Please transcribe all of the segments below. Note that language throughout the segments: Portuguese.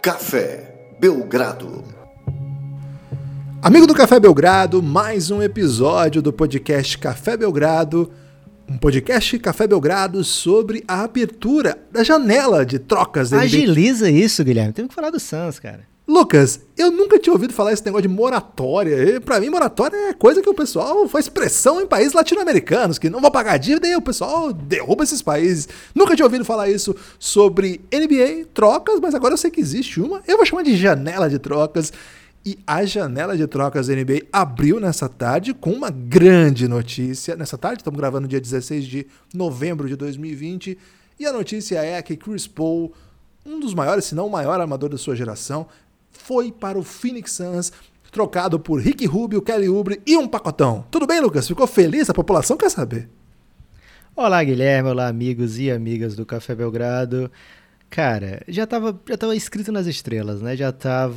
Café Belgrado. Amigo do Café Belgrado, mais um episódio do podcast Café Belgrado. Um podcast Café Belgrado sobre a abertura da janela de trocas da NBA. Agiliza isso, Guilherme. Temos que falar do Suns, cara. Lucas, eu nunca tinha ouvido falar esse negócio de moratória. Pra mim, moratória é coisa que o pessoal faz pressão em países latino-americanos, que não vão pagar dívida e o pessoal derruba esses países. Nunca tinha ouvido falar isso sobre NBA, trocas, mas agora eu sei que existe uma. Eu vou chamar de janela de trocas. E a janela de trocas da NBA abriu nessa tarde com uma grande notícia. Nessa tarde, estamos gravando no dia 16 de novembro de 2020. E a notícia é que Chris Paul, um dos maiores, se não o maior armador da sua geração, foi para o Phoenix Suns, trocado por Ricky Rubio, Kelly Oubre e um pacotão. Tudo bem, Lucas? Ficou feliz? A população quer saber. Olá, Guilherme. Olá, amigos e amigas do Café Belgrado. Cara, já tava escrito nas estrelas, né? Já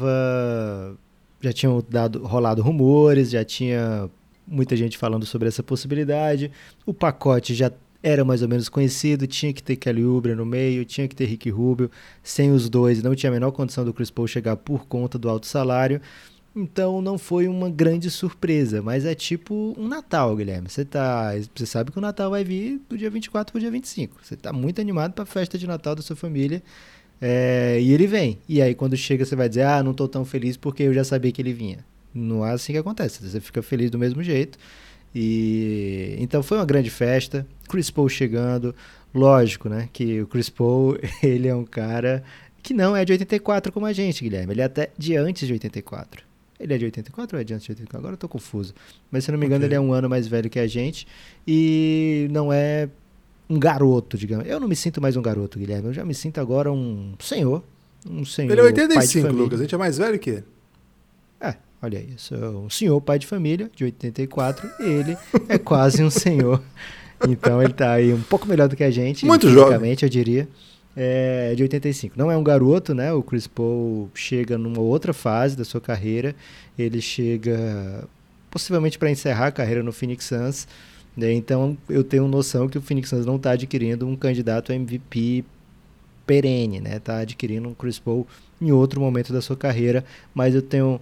tinham rolado rumores, já tinha muita gente falando sobre essa possibilidade. O pacote já era mais ou menos conhecido, tinha que ter Kelly Oubre no meio, tinha que ter Ricky Rubio. Sem os dois, não tinha a menor condição do Chris Paul chegar por conta do alto salário. Então não foi uma grande surpresa, mas é tipo um Natal, Guilherme. Você sabe que o Natal vai vir do dia 24 para o dia 25. Você está muito animado para a festa de Natal da sua família. E ele vem. E aí quando chega você vai dizer, não estou tão feliz porque eu já sabia que ele vinha. Não é assim que acontece. Você fica feliz do mesmo jeito. Então foi uma grande festa. Chris Paul chegando. Lógico, né, que o Chris Paul, ele é um cara que não é de 84 como a gente, Guilherme. Ele é até de antes de 84. Ele é de 84 ou é de antes de 84? Agora eu tô confuso. Mas se não me engano, Ele é um ano mais velho que a gente. E não é um garoto, digamos. Eu não me sinto mais um garoto, Guilherme. Eu já me sinto agora um senhor. Ele é 85, Lucas. A gente é mais velho que ele. Olha isso. Um senhor pai de família, de 84. E ele é quase um senhor. Então ele tá aí um pouco melhor do que a gente. Muito jovem, eu diria. De 85. Não é um garoto, né? O Chris Paul chega numa outra fase da sua carreira. Ele chega possivelmente para encerrar a carreira no Phoenix Suns. Então eu tenho noção que o Phoenix Suns não está adquirindo um candidato a MVP perene, né? Está adquirindo um Chris Paul em outro momento da sua carreira. Mas eu tenho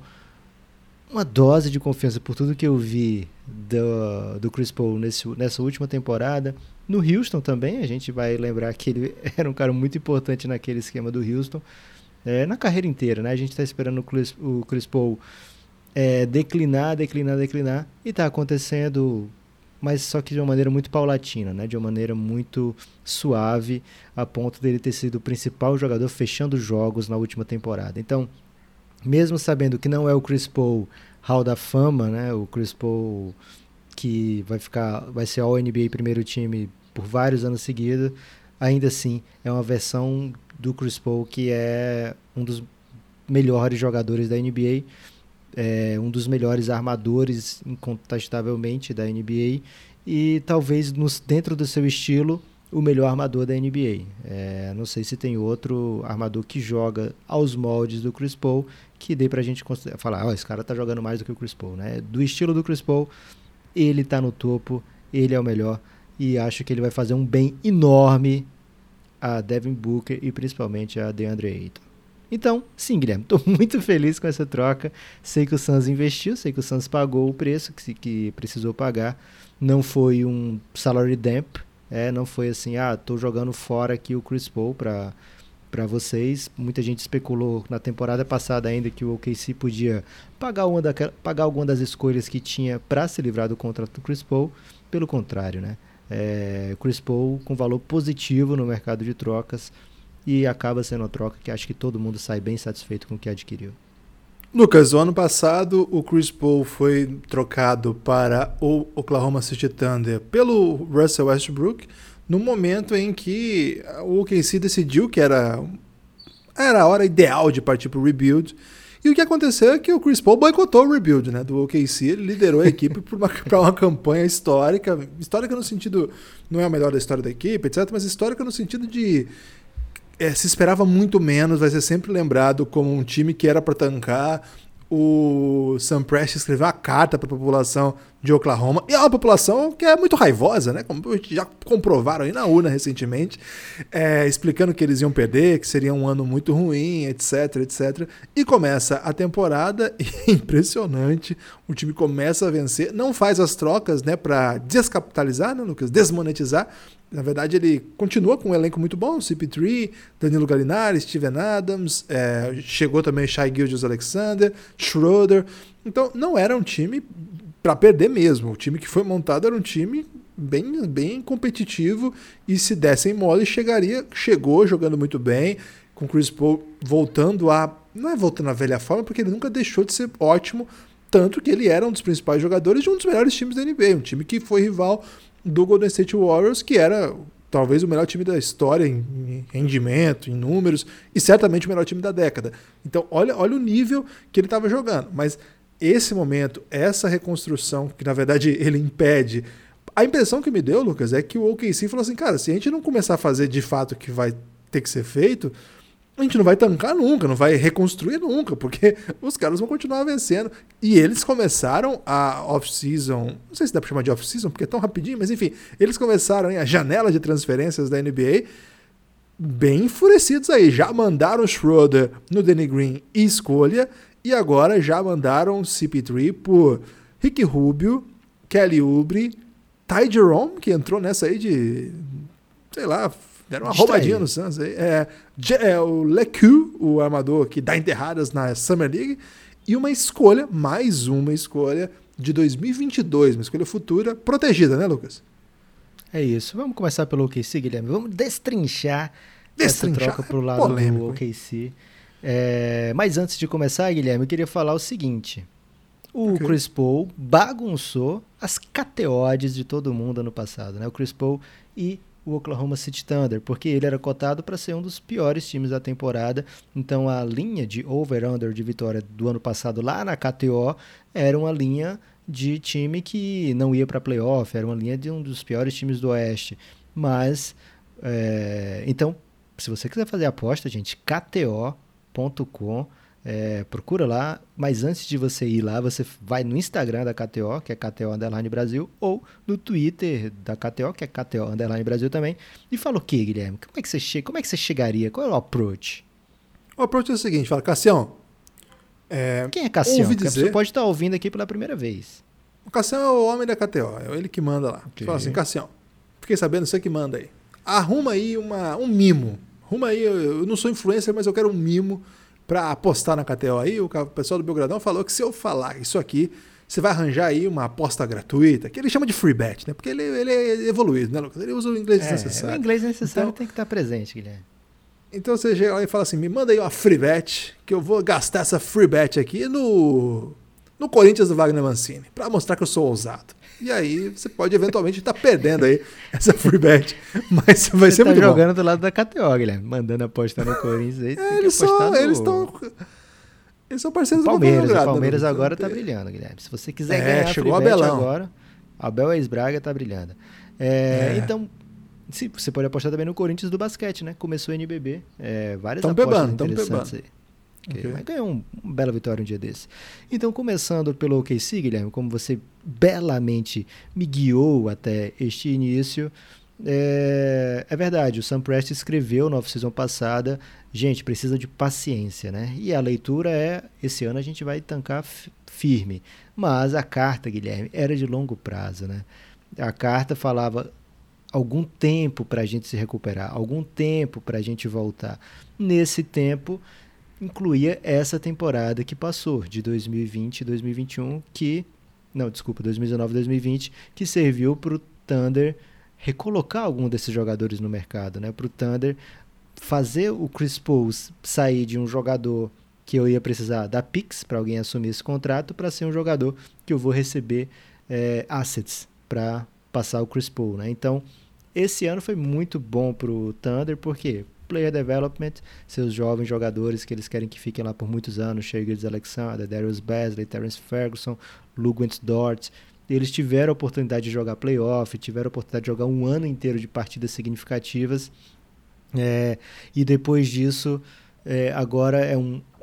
uma dose de confiança por tudo que eu vi do Chris Paul nessa última temporada. No Houston também, a gente vai lembrar que ele era um cara muito importante naquele esquema do Houston. Na carreira inteira, né? A gente está esperando o Chris Paul declinar, e está acontecendo, mas só que de uma maneira muito paulatina, né? De uma maneira muito suave, a ponto dele ter sido o principal jogador fechando jogos na última temporada. Então, mesmo sabendo que não é o Chris Paul Hall da Fama, né? O Chris Paul que vai ser All-NBA primeiro time por vários anos seguidos, ainda assim é uma versão do Chris Paul que é um dos melhores jogadores da NBA, um dos melhores armadores incontestavelmente da NBA e talvez dentro do seu estilo o melhor armador da NBA. Não sei se tem outro armador que joga aos moldes do Chris Paul que dê pra gente falar, esse cara tá jogando mais do que o Chris Paul, né? Do estilo do Chris Paul, ele tá no topo, ele é o melhor e acho que ele vai fazer um bem enorme a Devin Booker e principalmente a DeAndre Ayton. Então, sim, Guilherme, tô muito feliz com essa troca. Sei que o Suns investiu, sei que o Suns pagou o preço que precisou pagar. Não foi um salary dump, não foi assim, tô jogando fora aqui o Chris Paul para vocês. Muita gente especulou na temporada passada ainda que o OKC podia pagar alguma das escolhas que tinha para se livrar do contrato do Chris Paul. Pelo contrário, né? Chris Paul com valor positivo no mercado de trocas e acaba sendo uma troca que acho que todo mundo sai bem satisfeito com o que adquiriu. Lucas, o ano passado o Chris Paul foi trocado para o Oklahoma City Thunder pelo Russell Westbrook, no momento em que o OKC decidiu que era a hora ideal de partir para o rebuild. E o que aconteceu é que o Chris Paul boicotou o rebuild, né, do OKC. Ele liderou a equipe para uma campanha histórica no sentido, não é a melhor da história da equipe, etc., mas histórica no sentido de se esperava muito menos, vai ser sempre lembrado como um time que era para tancar. o Sam Presti escreveu uma carta para a população de Oklahoma, e é uma população que é muito raivosa, né? Como já comprovaram aí na urna recentemente, explicando que eles iam perder, que seria um ano muito ruim, etc, etc. E começa a temporada e é impressionante, o time começa a vencer, não faz as trocas, né, para descapitalizar, né, Lucas? Desmonetizar. Na verdade, ele continua com um elenco muito bom, CP3, Danilo Gallinari, Steven Adams, chegou também Shai Gilgeous-Alexander, Schroeder. Então, não era um time para perder mesmo. O time que foi montado era um time bem, bem competitivo e se dessem mole, chegou jogando muito bem, com Chris Paul voltando não é voltando à velha forma, porque ele nunca deixou de ser ótimo, tanto que ele era um dos principais jogadores de um dos melhores times da NBA, um time que foi rival do Golden State Warriors, que era talvez o melhor time da história em rendimento, em números, e certamente o melhor time da década. Então, olha o nível que ele estava jogando. Mas esse momento, essa reconstrução, que na verdade ele impede... A impressão que me deu, Lucas, é que o OKC falou assim, cara, se a gente não começar a fazer de fato o que vai ter que ser feito, a gente não vai tancar nunca, não vai reconstruir nunca, porque os caras vão continuar vencendo. E eles começaram a off-season, não sei se dá pra chamar de off-season, porque é tão rapidinho, mas enfim, eles começaram a janela de transferências da NBA bem enfurecidos aí. Já mandaram o Schroeder no Danny Green e escolha, e agora já mandaram o CP3 por Ricky Rubio, Kelly Oubre, Ty Jerome, que entrou nessa aí de, sei lá, deram uma roubadinha no Suns aí. O Lecu, o armador que dá enterradas na Summer League, e mais uma escolha de 2022, uma escolha futura protegida, né, Lucas? É isso. Vamos começar pelo OKC, Guilherme. Vamos destrinchar essa troca pro lado do OKC. Mas antes de começar, Guilherme, eu queria falar o seguinte. O Chris Paul bagunçou as KTOs de todo mundo ano passado, né? O Chris Paul e o Oklahoma City Thunder, porque ele era cotado para ser um dos piores times da temporada. Então a linha de over-under de vitória do ano passado lá na KTO era uma linha de time que não ia para playoff, era uma linha de um dos piores times do Oeste. Mas, então, se você quiser fazer aposta, gente, kto.com, procura lá, mas antes de você ir lá, você vai no Instagram da KTO, que é KTO_Brasil, ou no Twitter da KTO, que é KTO_Brasil também, e fala o quê, Guilherme? Como é que você chegaria? Qual é o approach? O approach é o seguinte, fala, Cassião... Quem é Cassião? Porque a pessoa pode estar ouvindo aqui pela primeira vez. O Cassião é o homem da KTO, é ele que manda lá. Okay. Fala assim, Cassião, fiquei sabendo, você que manda aí. Arruma aí um mimo. Arruma aí, eu não sou influencer, mas eu quero um mimo para apostar na KTO aí. O pessoal do Belgradão falou que se eu falar isso aqui, você vai arranjar aí uma aposta gratuita, que ele chama de free bet, né? Porque ele é evoluído, né, Lucas? Ele usa o inglês necessário. O inglês necessário então, tem que estar presente, Guilherme. Então você chega lá e fala assim, me manda aí uma free bet, que eu vou gastar essa free bet aqui no Corinthians do Wagner Mancini, para mostrar que eu sou ousado. E aí você pode eventualmente estar perdendo aí essa free bet, mas vai ser muito bom. Você tá jogando do lado da KTO, Guilherme, mandando apostar no Corinthians aí. Eles são parceiros do Palmeiras. O Palmeiras agora tá brilhando, Guilherme. Se você quiser ganhar a free bet agora, Abel Ex-Braga tá brilhando. Então, sim, você pode apostar também no Corinthians do basquete, né? Começou o NBB, várias apostas interessantes aí. Mas ganhou uma bela vitória um dia desse. Então, começando pelo OKC, Guilherme, como você belamente me guiou até este início, é verdade, o Sam Presti escreveu na off-season passada, gente, precisa de paciência, né? E a leitura esse ano a gente vai tancar firme. Mas a carta, Guilherme, era de longo prazo, né? A carta falava algum tempo para a gente se recuperar, algum tempo para a gente voltar. Nesse tempo, incluía essa temporada que passou, de 2020 e 2021, 2019 e 2020, que serviu para o Thunder recolocar algum desses jogadores no mercado, né? Para o Thunder fazer o Chris Paul sair de um jogador que eu ia precisar dar picks para alguém assumir esse contrato, para ser um jogador que eu vou receber assets para passar o Chris Paul, né? Então, esse ano foi muito bom para o Thunder, porque player development, seus jovens jogadores que eles querem que fiquem lá por muitos anos, Shai Gilgeous-Alexander, Darius Bazley, Terrence Ferguson, Luguentz Dort, eles tiveram a oportunidade de jogar playoff, tiveram a oportunidade de jogar um ano inteiro de partidas significativas, e depois disso, agora é um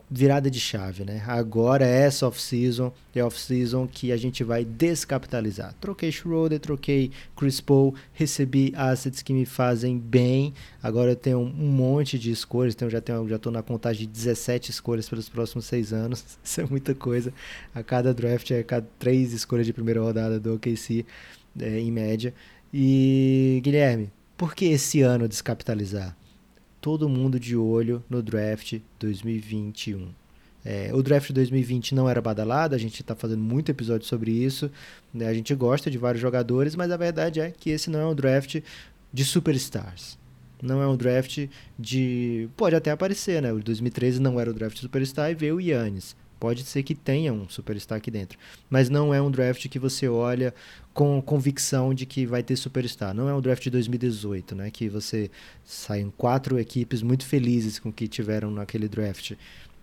virada de chave, né? Agora é essa off-season, é off-season que a gente vai descapitalizar. Troquei Schroeder, troquei Chris Paul, recebi assets que me fazem bem. Agora eu tenho um monte de escolhas, então já estou na contagem de 17 escolhas pelos próximos 6 anos. Isso é muita coisa. A cada draft é cada 3 escolhas de primeira rodada do OKC, em média. E, Guilherme, por que esse ano descapitalizar? Todo mundo de olho no draft 2021. O draft 2020 não era badalado, a gente está fazendo muito episódio sobre isso, né? A gente gosta de vários jogadores, mas a verdade é que esse não é um draft de superstars. Não é um draft de... Pode até aparecer, né? O 2013 não era o draft de superstar e veio o Giannis. Pode ser que tenha um superstar aqui dentro. Mas não é um draft que você olha com convicção de que vai ter superstar. Não é um draft de 2018, né? Que você saem 4 equipes muito felizes com o que tiveram naquele draft.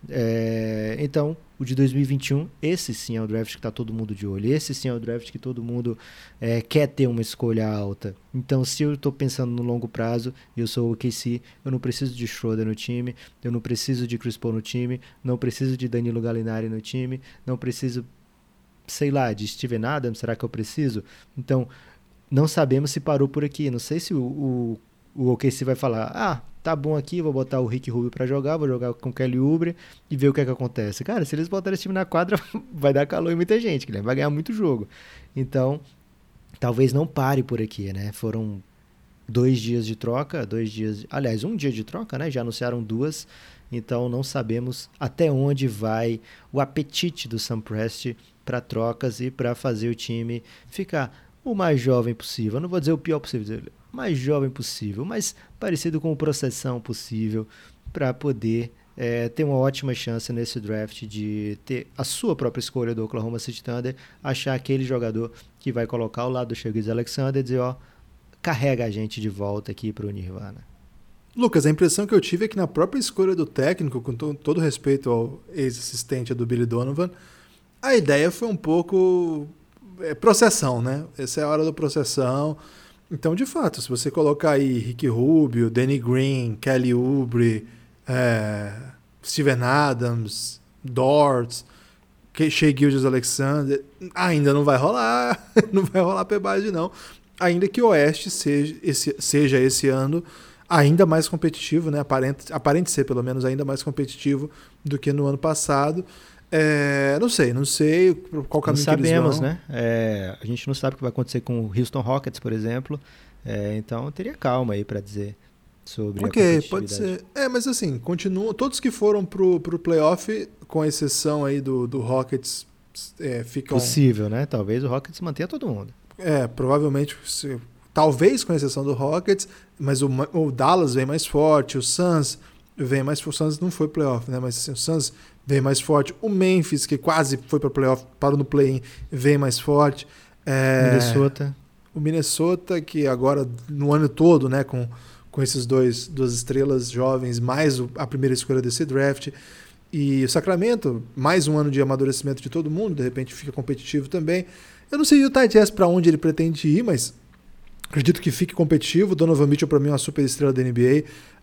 Então, o de 2021, esse sim é o draft que está todo mundo de olho. Esse sim é o draft que todo mundo quer ter uma escolha alta. Então, se eu estou pensando no longo prazo e eu sou o OKC, eu não preciso de Schroeder no time, eu não preciso de Chris Paul no time, não preciso de Danilo Gallinari no time, não preciso, sei lá, de Steven Adams, será que eu preciso? Então, não sabemos se parou por aqui. Não sei se o OKC vai falar, tá bom aqui, vou botar o Ricky Rubio pra jogar, vou jogar com o Kelly Oubre e ver o que é que acontece. Cara, se eles botarem esse time na quadra, vai dar calor em muita gente, que vai ganhar muito jogo. Então, talvez não pare por aqui, né? Foram 2 dias de troca, 2 dias... Aliás, 1 dia de troca, né? Já anunciaram 2, então não sabemos até onde vai o apetite do Sam Presti para trocas e para fazer o time ficar o mais jovem possível. Eu não vou dizer o pior possível, mais jovem possível, mais parecido com o processão possível, para poder ter uma ótima chance nesse draft de ter a sua própria escolha do Oklahoma City Thunder, achar aquele jogador que vai colocar ao lado do Shai Gilgeous-Alexander e dizer, carrega a gente de volta aqui para o Nirvana. Lucas, a impressão que eu tive é que na própria escolha do técnico, com todo respeito ao ex-assistente do Billy Donovan, a ideia foi um pouco processão, né? Essa é a hora da processão. Então, de fato, se você colocar aí Ricky Rubio, Danny Green, Kelly Oubre, Steven Adams, Dort, Shai Gilgeous-Alexander, ainda não vai rolar, não vai rolar pebade não. Ainda que o Oeste seja esse ano ainda mais competitivo, né? Aparente ser pelo menos ainda mais competitivo do que no ano passado. Não sei qual caminho que eles vão. Não sabemos, né? A gente não sabe o que vai acontecer com o Houston Rockets, por exemplo. Então, eu teria calma aí para dizer sobre a competitividade. Pode ser. Mas assim, continuam todos que foram pro playoff, com exceção aí do Rockets, ficam... Possível, né? Talvez o Rockets mantenha todo mundo. Provavelmente, talvez com exceção do Rockets, mas o Dallas vem mais forte, o Suns vem mais forte. O Suns não foi playoff, né? Mas assim, o Suns vem mais forte. O Memphis, que quase foi para playoff, parou no play-in, vem mais forte. Minnesota. O Minnesota, que agora, no ano todo, né, com esses duas estrelas jovens, mais a primeira escolha desse draft. E o Sacramento, mais um ano de amadurecimento de todo mundo, de repente fica competitivo também. Eu não sei o Utah Jazz para onde ele pretende ir, mas acredito que fique competitivo. Donovan Mitchell, para mim, é uma super estrela da NBA.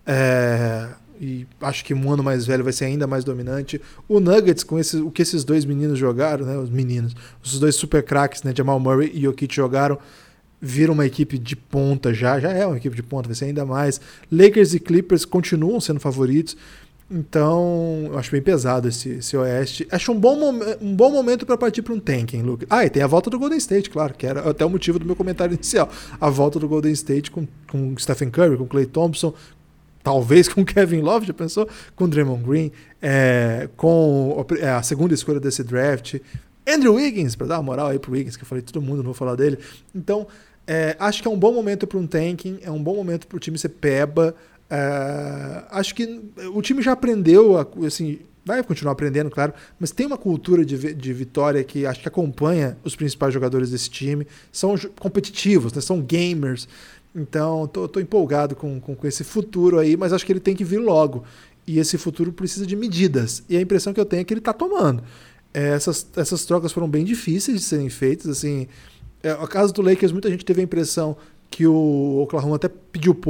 E acho que um ano mais velho vai ser ainda mais dominante. O Nuggets, com o que esses 2 meninos jogaram, né, os 2 super craques, né, Jamal Murray e Jokic jogaram, viram uma equipe de ponta já é uma equipe de ponta, vai ser ainda mais. Lakers e Clippers continuam sendo favoritos. Então, eu acho bem pesado esse Oeste. Acho um bom momento para partir para um tanking, Lucas. E tem a volta do Golden State, claro, que era até o motivo do meu comentário inicial. A volta do Golden State com Stephen Curry, com Klay Thompson, talvez com Kevin Love, já pensou? Com Draymond Green, com a segunda escolha desse draft. Andrew Wiggins, para dar uma moral aí pro Wiggins, que eu falei todo mundo, não vou falar dele. Então, acho que é um bom momento para um tanking, é um bom momento para o time ser peba. Acho que o time já aprendeu, assim, vai continuar aprendendo, claro, mas tem uma cultura de vitória que acho que acompanha os principais jogadores desse time. São competitivos, né? São gamers. Então, tô empolgado com esse futuro aí, mas acho que ele tem que vir logo. E esse futuro precisa de medidas. E a impressão que eu tenho é que ele está tomando. Essas trocas foram bem difíceis de serem feitas. Assim, no caso do Lakers, muita gente teve a impressão que o Oklahoma até pediu pouco.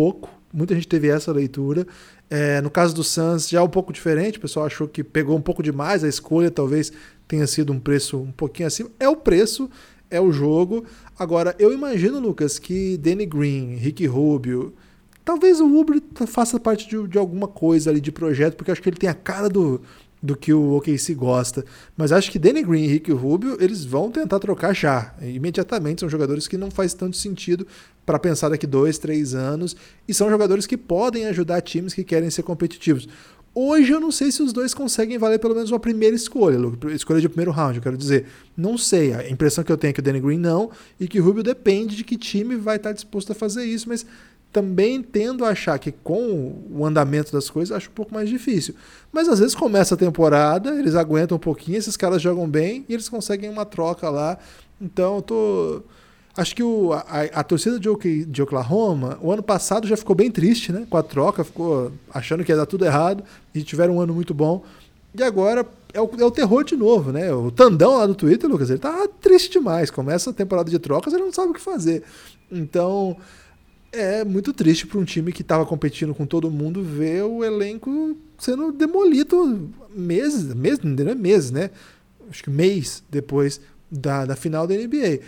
muita gente teve essa leitura. No caso do Suns, já é um pouco diferente, o pessoal achou que pegou um pouco demais, a escolha talvez tenha sido um preço um pouquinho acima. É o preço, é o jogo. Agora, eu imagino, Lucas, que Danny Green, Ricky Rubio, talvez o Oubre faça parte de alguma coisa ali de projeto, porque eu acho que ele tem a cara do que o OKC gosta. Mas acho que Danny Green e Ricky Rubio, eles vão tentar trocar já. Imediatamente, são jogadores que não faz tanto sentido para pensar daqui 2, 3 anos, e são jogadores que podem ajudar times que querem ser competitivos. Hoje eu não sei se os dois conseguem valer pelo menos uma primeira escolha, escolha de primeiro round, eu quero dizer. Não sei, a impressão que eu tenho é que o Danny Green não, e que o Rubio depende de que time vai estar disposto a fazer isso, mas também tendo a achar que com o andamento das coisas, acho um pouco mais difícil. Mas às vezes começa a temporada, eles aguentam um pouquinho, esses caras jogam bem e eles conseguem uma troca lá. Então acho que a torcida de Oklahoma, o ano passado já ficou bem triste, né? Com a troca, ficou achando que ia dar tudo errado e tiveram um ano muito bom. E agora é o terror de novo, né? O Tandão lá do Twitter, Lucas, ele tá triste demais. Começa a temporada de trocas, ele não sabe o que fazer. Então é muito triste para um time que estava competindo com todo mundo ver o elenco sendo demolido meses, não é meses, né? Acho que mês depois da final da NBA.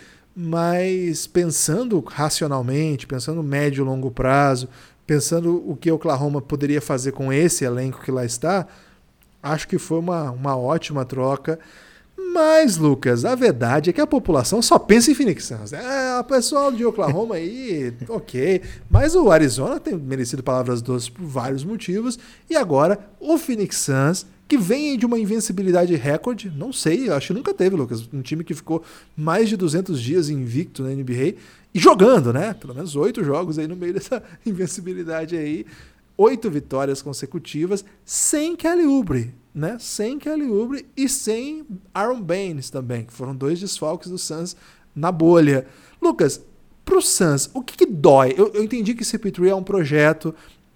Mas pensando racionalmente, pensando médio e longo prazo, pensando o que o Oklahoma poderia fazer com esse elenco que lá está, acho que foi uma ótima troca. Mas, Lucas, a verdade é que a população só pensa em Phoenix Suns. O pessoal de Oklahoma aí, ok. Mas o Arizona tem merecido palavras doces por vários motivos. E agora, o Phoenix Suns, que vem de uma invencibilidade recorde, não sei, acho que nunca teve, Lucas, um time que ficou mais de 200 dias invicto na NBA e jogando, né? Pelo menos 8 jogos aí no meio dessa invencibilidade aí. 8 vitórias consecutivas sem Kelly Oubre, né? Sem Kelly Oubre e sem Aaron Baines também, que foram 2 desfalques do Suns na bolha. Lucas, pro Suns, o que dói? Eu entendi que CP3 é um projeto,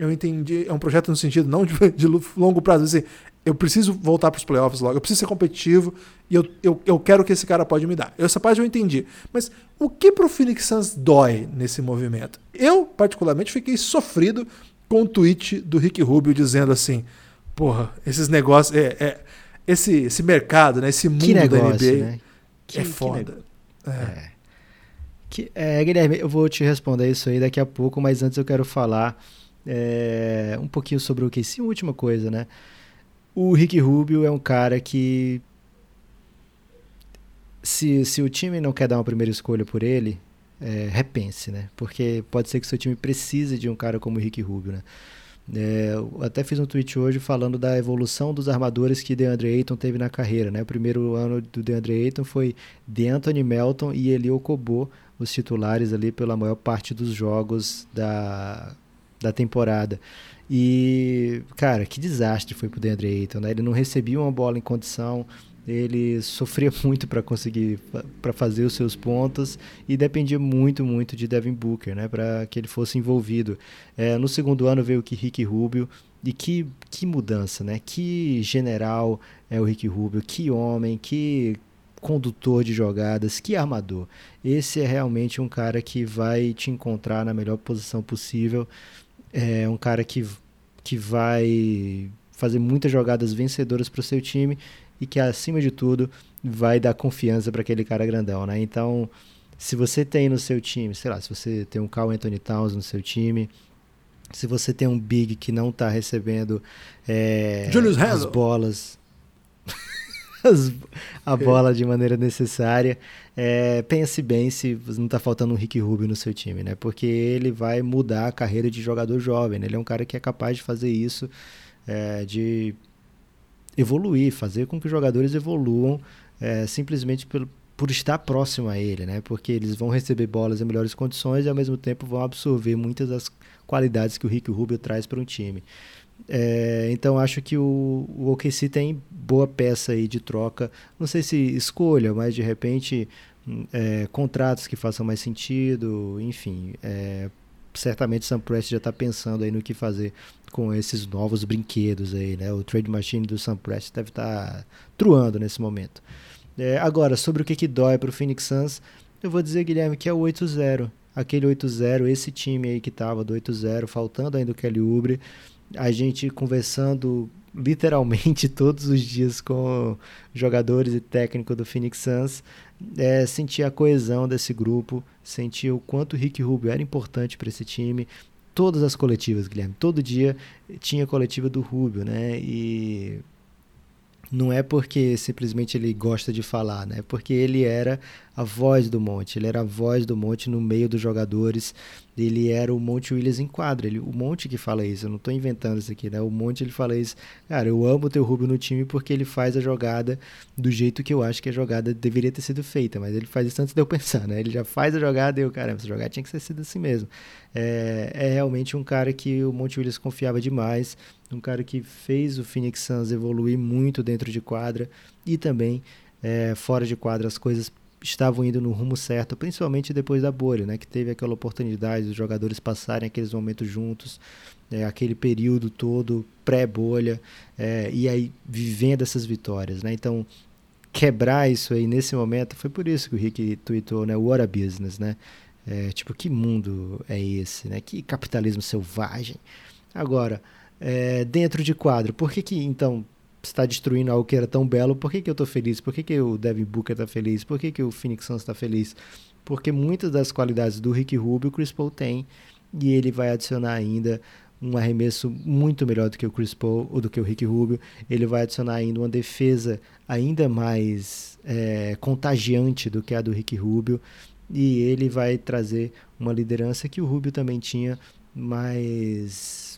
é um projeto no sentido não de longo prazo, assim, eu preciso voltar para os playoffs logo, eu preciso ser competitivo e eu quero que esse cara pode me dar. Essa parte eu entendi. Mas o que pro Phoenix Suns dói nesse movimento? Eu, particularmente, fiquei sofrido com o tweet do Ricky Rubio dizendo assim, porra, esses negócios, esse mercado, né, esse mundo negócio, da NBA, né? É foda. Guilherme, eu vou te responder isso aí daqui a pouco, mas antes eu quero falar um pouquinho sobre o OKC, uma última coisa, né? O Ricky Rubio é um cara que, se o time não quer dar uma primeira escolha por ele, repense, né? Porque pode ser que seu time precise de um cara como o Ricky Rubio, né? Eu até fiz um tweet hoje falando da evolução dos armadores que DeAndre Ayton teve na carreira, né? O primeiro ano do DeAndre Ayton foi DeAnthony Melton e Eli Okobo, os titulares ali pela maior parte dos jogos da temporada. E, cara, que desastre foi pro DeAndre Ayton, né? Ele não recebia uma bola em condição, ele sofria muito para fazer os seus pontos e dependia muito de Devin Booker, né, para que ele fosse envolvido. No segundo ano veio o Ricky Rubio e que mudança, né? Que general é o Ricky Rubio, que homem, que condutor de jogadas, que armador. Esse é realmente um cara que vai te encontrar na melhor posição possível. É um cara que vai fazer muitas jogadas vencedoras para o seu time e que, acima de tudo, vai dar confiança para aquele cara grandão, né? Então, se você tem no seu time, sei lá, se você tem um Karl Anthony Towns no seu time, se você tem um Big que não está recebendo as bolas, a bola de maneira necessária, pense bem se não está faltando um Ricky Rubio no seu time, né? Porque ele vai mudar a carreira de jogador jovem, né? Ele é um cara que é capaz de fazer isso, de evoluir, fazer com que os jogadores evoluam simplesmente por estar próximo a ele, né? Porque eles vão receber bolas em melhores condições e ao mesmo tempo vão absorver muitas das qualidades que o Ricky Rubio traz para um time. Então acho que o OKC tem boa peça aí de troca, não sei se escolha, mas de repente contratos que façam mais sentido, enfim, certamente o Sam Presti já está pensando aí no que fazer com esses novos brinquedos aí, né? O trade machine do Sam Presti deve estar truando nesse momento. Agora, sobre o que dói para o Phoenix Suns, eu vou dizer, Guilherme, que é o 8-0. aquele 8-0, esse time aí que tava do 8-0, faltando ainda o Kelly Oubre, a gente conversando literalmente todos os dias com jogadores e técnico do Phoenix Suns, sentir a coesão desse grupo, sentir o quanto o Ricky Rubio era importante para esse time. Todas as coletivas, Guilherme, todo dia tinha coletiva do Rubio, né? E não é porque simplesmente ele gosta de falar, né? Porque ele era a voz do Monte, ele era a voz do Monte no meio dos jogadores, ele era o Monte Williams em quadra, o Monte que fala isso, eu não estou inventando isso aqui, né? O Monte ele fala isso, cara, eu amo ter o Rubio no time porque ele faz a jogada do jeito que eu acho que a jogada deveria ter sido feita, mas ele faz isso antes de eu pensar, né? Ele já faz a jogada e eu, caramba, essa jogada tinha que ser sido assim mesmo. É realmente um cara que o Monte Williams confiava demais, um cara que fez o Phoenix Suns evoluir muito dentro de quadra e também fora de quadra as coisas estavam indo no rumo certo, principalmente depois da bolha, né, que teve aquela oportunidade dos jogadores passarem aqueles momentos juntos, aquele período todo pré-bolha, e aí vivendo essas vitórias, né? Então quebrar isso aí nesse momento, foi por isso que o Rick tweetou, né, what a business, né? Tipo, que mundo é esse, né? Que capitalismo selvagem. Agora, dentro de quadro, por que então está destruindo algo que era tão belo? Por que eu estou feliz? Por que o Devin Booker está feliz? Por que o Phoenix Suns está feliz? Porque muitas das qualidades do Ricky Rubio o Chris Paul tem, e ele vai adicionar ainda um arremesso muito melhor do que o Chris Paul ou do que o Ricky Rubio. Ele vai adicionar ainda uma defesa ainda mais contagiante do que a do Ricky Rubio, e ele vai trazer uma liderança que o Rubio também tinha, mas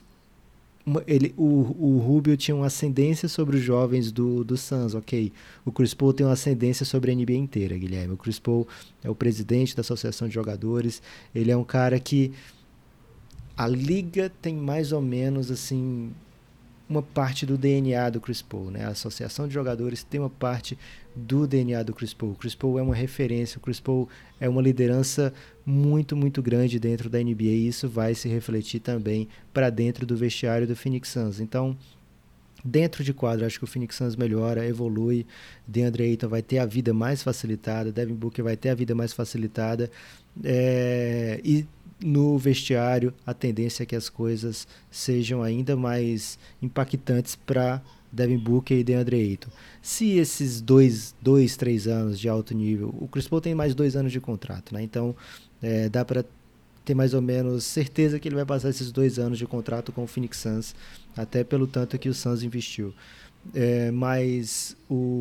o Rubio tinha uma ascendência sobre os jovens do Suns, ok? O Chris Paul tem uma ascendência sobre a NBA inteira, Guilherme. O Chris Paul é o presidente da Associação de Jogadores, ele é um cara que a liga tem mais ou menos assim uma parte do DNA do Chris Paul, né? A Associação de Jogadores tem uma parte do DNA do Chris Paul. O Chris Paul é uma referência, o Chris Paul é uma liderança muito, muito grande dentro da NBA, e isso vai se refletir também para dentro do vestiário do Phoenix Suns. Então, dentro de quadro, acho que o Phoenix Suns melhora, evolui, DeAndre Ayton vai ter a vida mais facilitada, Devin Booker vai ter a vida mais facilitada, e no vestiário a tendência é que as coisas sejam ainda mais impactantes para Devin Booker e DeAndre Ayton. Se esses 3 anos de alto nível, o Chris Paul tem mais 2 anos de contrato, né? Então dá para ter mais ou menos certeza que ele vai passar esses 2 anos de contrato com o Phoenix Suns, até pelo tanto que o Suns investiu. Mas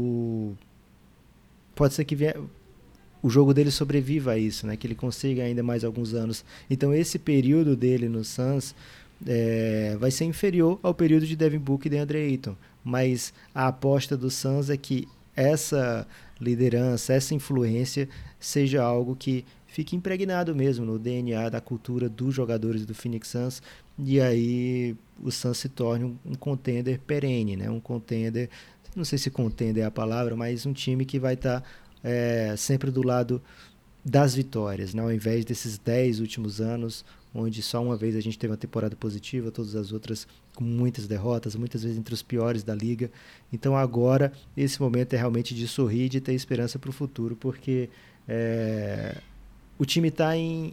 pode ser que o jogo dele sobreviva a isso, né? Que ele consiga ainda mais alguns anos. Então esse período dele no Suns vai ser inferior ao período de Devin Booker e DeAndre Ayton. Mas a aposta do Suns é que essa liderança, essa influência seja algo que fique impregnado mesmo no DNA da cultura dos jogadores do Phoenix Suns, e aí o Suns se torne um contender perene, né? Um contender, não sei se contender é a palavra, mas um time que vai estar sempre do lado das vitórias, né? Ao invés desses 10 últimos anos, onde só uma vez a gente teve uma temporada positiva, todas as outras com muitas derrotas, muitas vezes entre os piores da liga. Então agora, esse momento é realmente de sorrir e de ter esperança para o futuro, porque o time está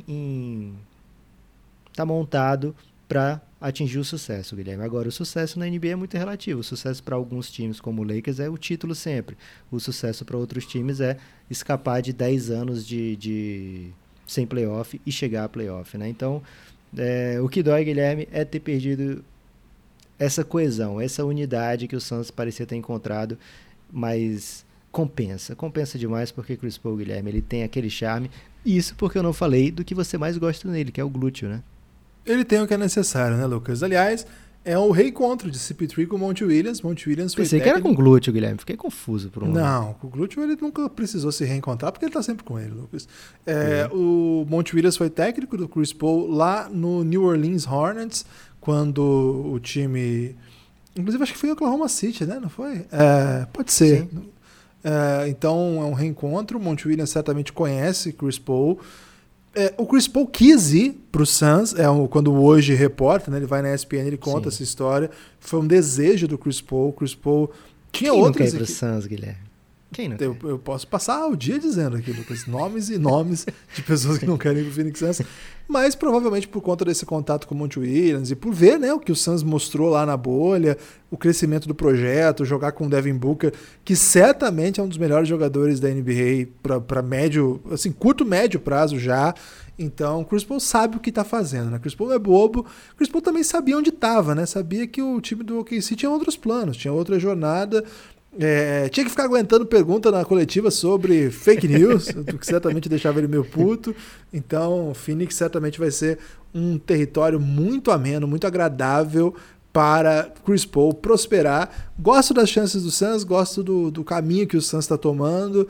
tá montado para atingir o sucesso, Guilherme. Agora, o sucesso na NBA é muito relativo. O sucesso para alguns times, como o Lakers, é o título sempre. O sucesso para outros times é escapar de 10 anos sem playoff e chegar a playoff, né? Então, o que dói, Guilherme, é ter perdido essa coesão, essa unidade que o Suns parecia ter encontrado, mas compensa demais, porque Chris Paul, Guilherme, ele tem aquele charme. Isso porque eu não falei do que você mais gosta nele, que é o glúteo, né? Ele tem o que é necessário, né, Lucas? Aliás, é o reencontro de CP3 com o Monte Williams. Monte Williams foi Pensei que era com glúteo, Guilherme. Fiquei confuso por um momento. Não, com o glúteo ele nunca precisou se reencontrar, porque ele tá sempre com ele, Lucas. O Monte Williams foi técnico do Chris Paul lá no New Orleans Hornets, quando o time... Inclusive, acho que foi o Oklahoma City, né? Não foi? Pode ser. Sim. Então, é um reencontro. O Monte Williams certamente conhece Chris Paul. O Chris Paul quis ir pro Suns, quando o Hoje repórter, né, ele vai na ESPN, ele conta essa história. Foi um desejo do Chris Paul. O Chris Paul tinha Quem outras não quer ir pro Suns, Guilherme? Quem não quer? Eu posso passar o dia dizendo aqui, Lucas, nomes e nomes de pessoas que não querem ir pro Phoenix Suns, mas provavelmente por conta desse contato com o Monty Williams e por ver, né, o que o Suns mostrou lá na bolha, o crescimento do projeto, jogar com o Devin Booker, que certamente é um dos melhores jogadores da NBA para médio, assim, curto médio prazo já. Então, o Chris Paul sabe o que tá fazendo, né? Chris Paul não é bobo. O Chris Paul também sabia onde estava, né? Sabia que o time do OKC tinha outros planos, tinha outra jornada. Tinha que ficar aguentando pergunta na coletiva sobre fake news, o que certamente deixava ele meio puto. Então, Phoenix certamente vai ser um território muito ameno, muito agradável para Chris Paul prosperar. Gosto das chances do Suns, gosto do caminho que o Suns está tomando.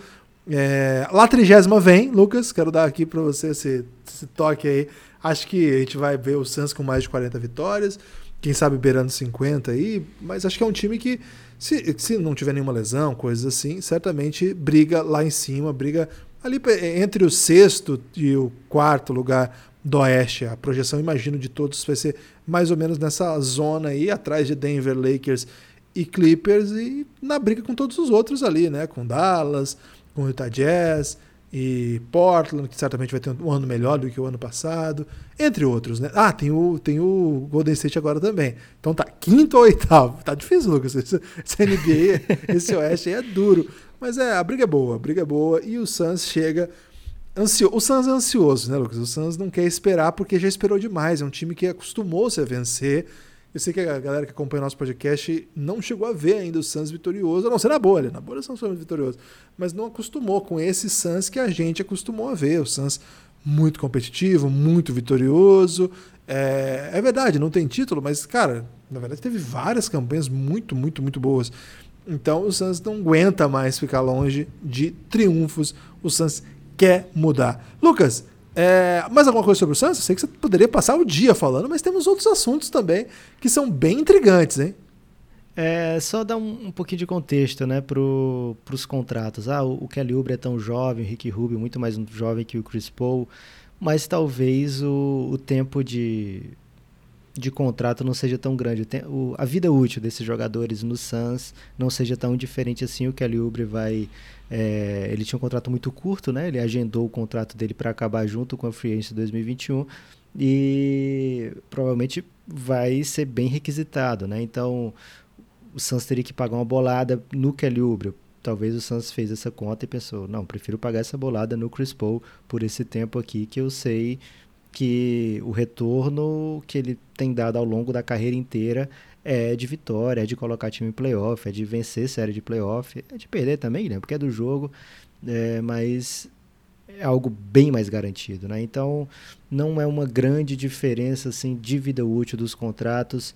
Lá 30ª vem, Lucas, quero dar aqui para você esse toque aí. Acho que a gente vai ver o Suns com mais de 40 vitórias, quem sabe beirando 50 aí, mas acho que é um time que, se não tiver nenhuma lesão, coisas assim, certamente briga lá em cima, briga ali entre o 6º e o 4º lugar do Oeste. A projeção, imagino, de todos vai ser mais ou menos nessa zona aí, atrás de Denver, Lakers e Clippers, e na briga com todos os outros ali, né? Com Dallas, com o Utah Jazz e Portland, que certamente vai ter um ano melhor do que o ano passado, entre outros, né? Tem o Golden State agora também. Então tá 5º ou 8º. Tá difícil, Lucas. Essa NBA, esse Oeste aí é duro. Mas a briga é boa e o Suns chega ansioso. O Suns é ansioso, né, Lucas? O Suns não quer esperar porque já esperou demais. É um time que acostumou-se a vencer. Eu sei que a galera que acompanha o nosso podcast não chegou a ver ainda o Suns vitorioso, a não ser na bolha. Na bolha são muito vitoriosos. Mas não acostumou com esse Suns que a gente acostumou a ver. O Suns muito competitivo, muito vitorioso. É verdade, não tem título, mas, cara, na verdade teve várias campanhas muito, muito, muito boas. Então o Suns não aguenta mais ficar longe de triunfos. O Suns quer mudar. Lucas, mais alguma coisa sobre o Suns? Eu sei que você poderia passar o dia falando, mas temos outros assuntos também que são bem intrigantes, hein? Só dar um pouquinho de contexto, né, pros contratos. O Kelly Oubre é tão jovem, o Ricky Rubio muito mais jovem que o Chris Paul, mas talvez o tempo de contrato não seja tão grande. A vida útil desses jogadores no Suns não seja tão diferente assim. O Kelly Oubre ele tinha um contrato muito curto, né? Ele agendou o contrato dele para acabar junto com a Free Agency 2021 e provavelmente vai ser bem requisitado, né? Então o Suns teria que pagar uma bolada no Kelly Oubre. Talvez o Suns fez essa conta e pensou, não, prefiro pagar essa bolada no Chris Paul por esse tempo aqui que eu sei que o retorno que ele tem dado ao longo da carreira inteira é de vitória, é de colocar time em playoff, é de vencer série de playoff, é de perder também, né? Porque é do jogo, mas é algo bem mais garantido, né? Então não é uma grande diferença assim, de vida útil dos contratos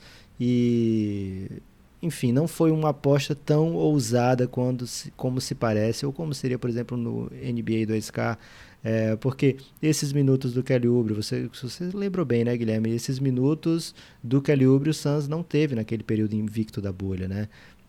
e, enfim, não foi uma aposta tão ousada como se parece, ou como seria, por exemplo, no NBA 2K, porque esses minutos do Kelly Oubre, você lembrou bem, né, Guilherme? Esses minutos do Kelly Oubre o Suns não teve naquele período invicto da bolha, né?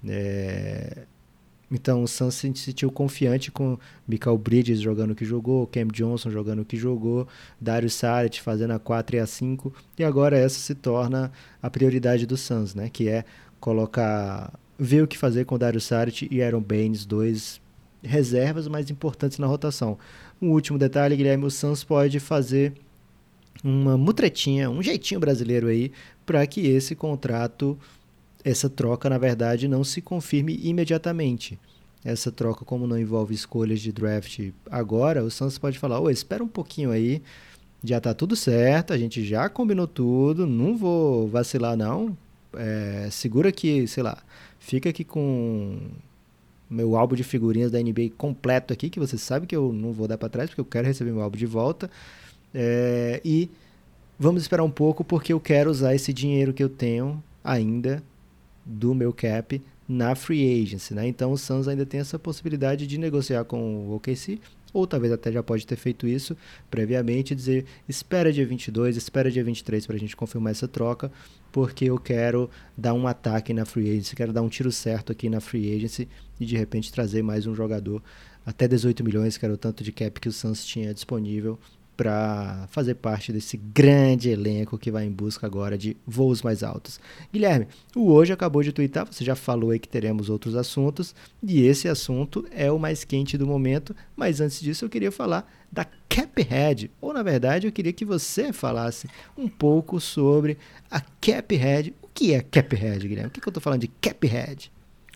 Então o Suns se sentiu confiante com Mikal Bridges jogando o que jogou, Cam Johnson jogando o que jogou, Dario Saric fazendo a 4 e a 5, e agora essa se torna a prioridade do Suns, né? Que é ver o que fazer com Dario Saric e Aaron Baines, dois reservas mais importantes na rotação. Um último detalhe, Guilherme, o Suns pode fazer uma mutretinha, um jeitinho brasileiro aí, para que esse contrato, essa troca, na verdade, não se confirme imediatamente. Essa troca, como não envolve escolhas de draft agora, o Suns pode falar, espera um pouquinho aí, já tá tudo certo, a gente já combinou tudo, não vou vacilar não, segura aqui, sei lá, fica aqui com meu álbum de figurinhas da NBA completo aqui, que você sabe que eu não vou dar para trás, porque eu quero receber meu álbum de volta, e vamos esperar um pouco, porque eu quero usar esse dinheiro que eu tenho ainda do meu cap na free agency, né? Então o Suns ainda tem essa possibilidade de negociar com o OKC, ou talvez até já pode ter feito isso previamente, dizer, espera dia 22, espera dia 23 para a gente confirmar essa troca, porque eu quero dar um ataque na free agency, quero dar um tiro certo aqui na free agency e de repente trazer mais um jogador até 18 milhões, que era o tanto de cap que o Suns tinha disponível para fazer parte desse grande elenco que vai em busca agora de voos mais altos. Guilherme, o Hoje acabou de twittar, você já falou aí que teremos outros assuntos, e esse assunto é o mais quente do momento, mas antes disso eu queria falar da Cuphead, ou na verdade eu queria que você falasse um pouco sobre a Cuphead. O que é Cuphead, Guilherme? O que eu tô falando de Cuphead?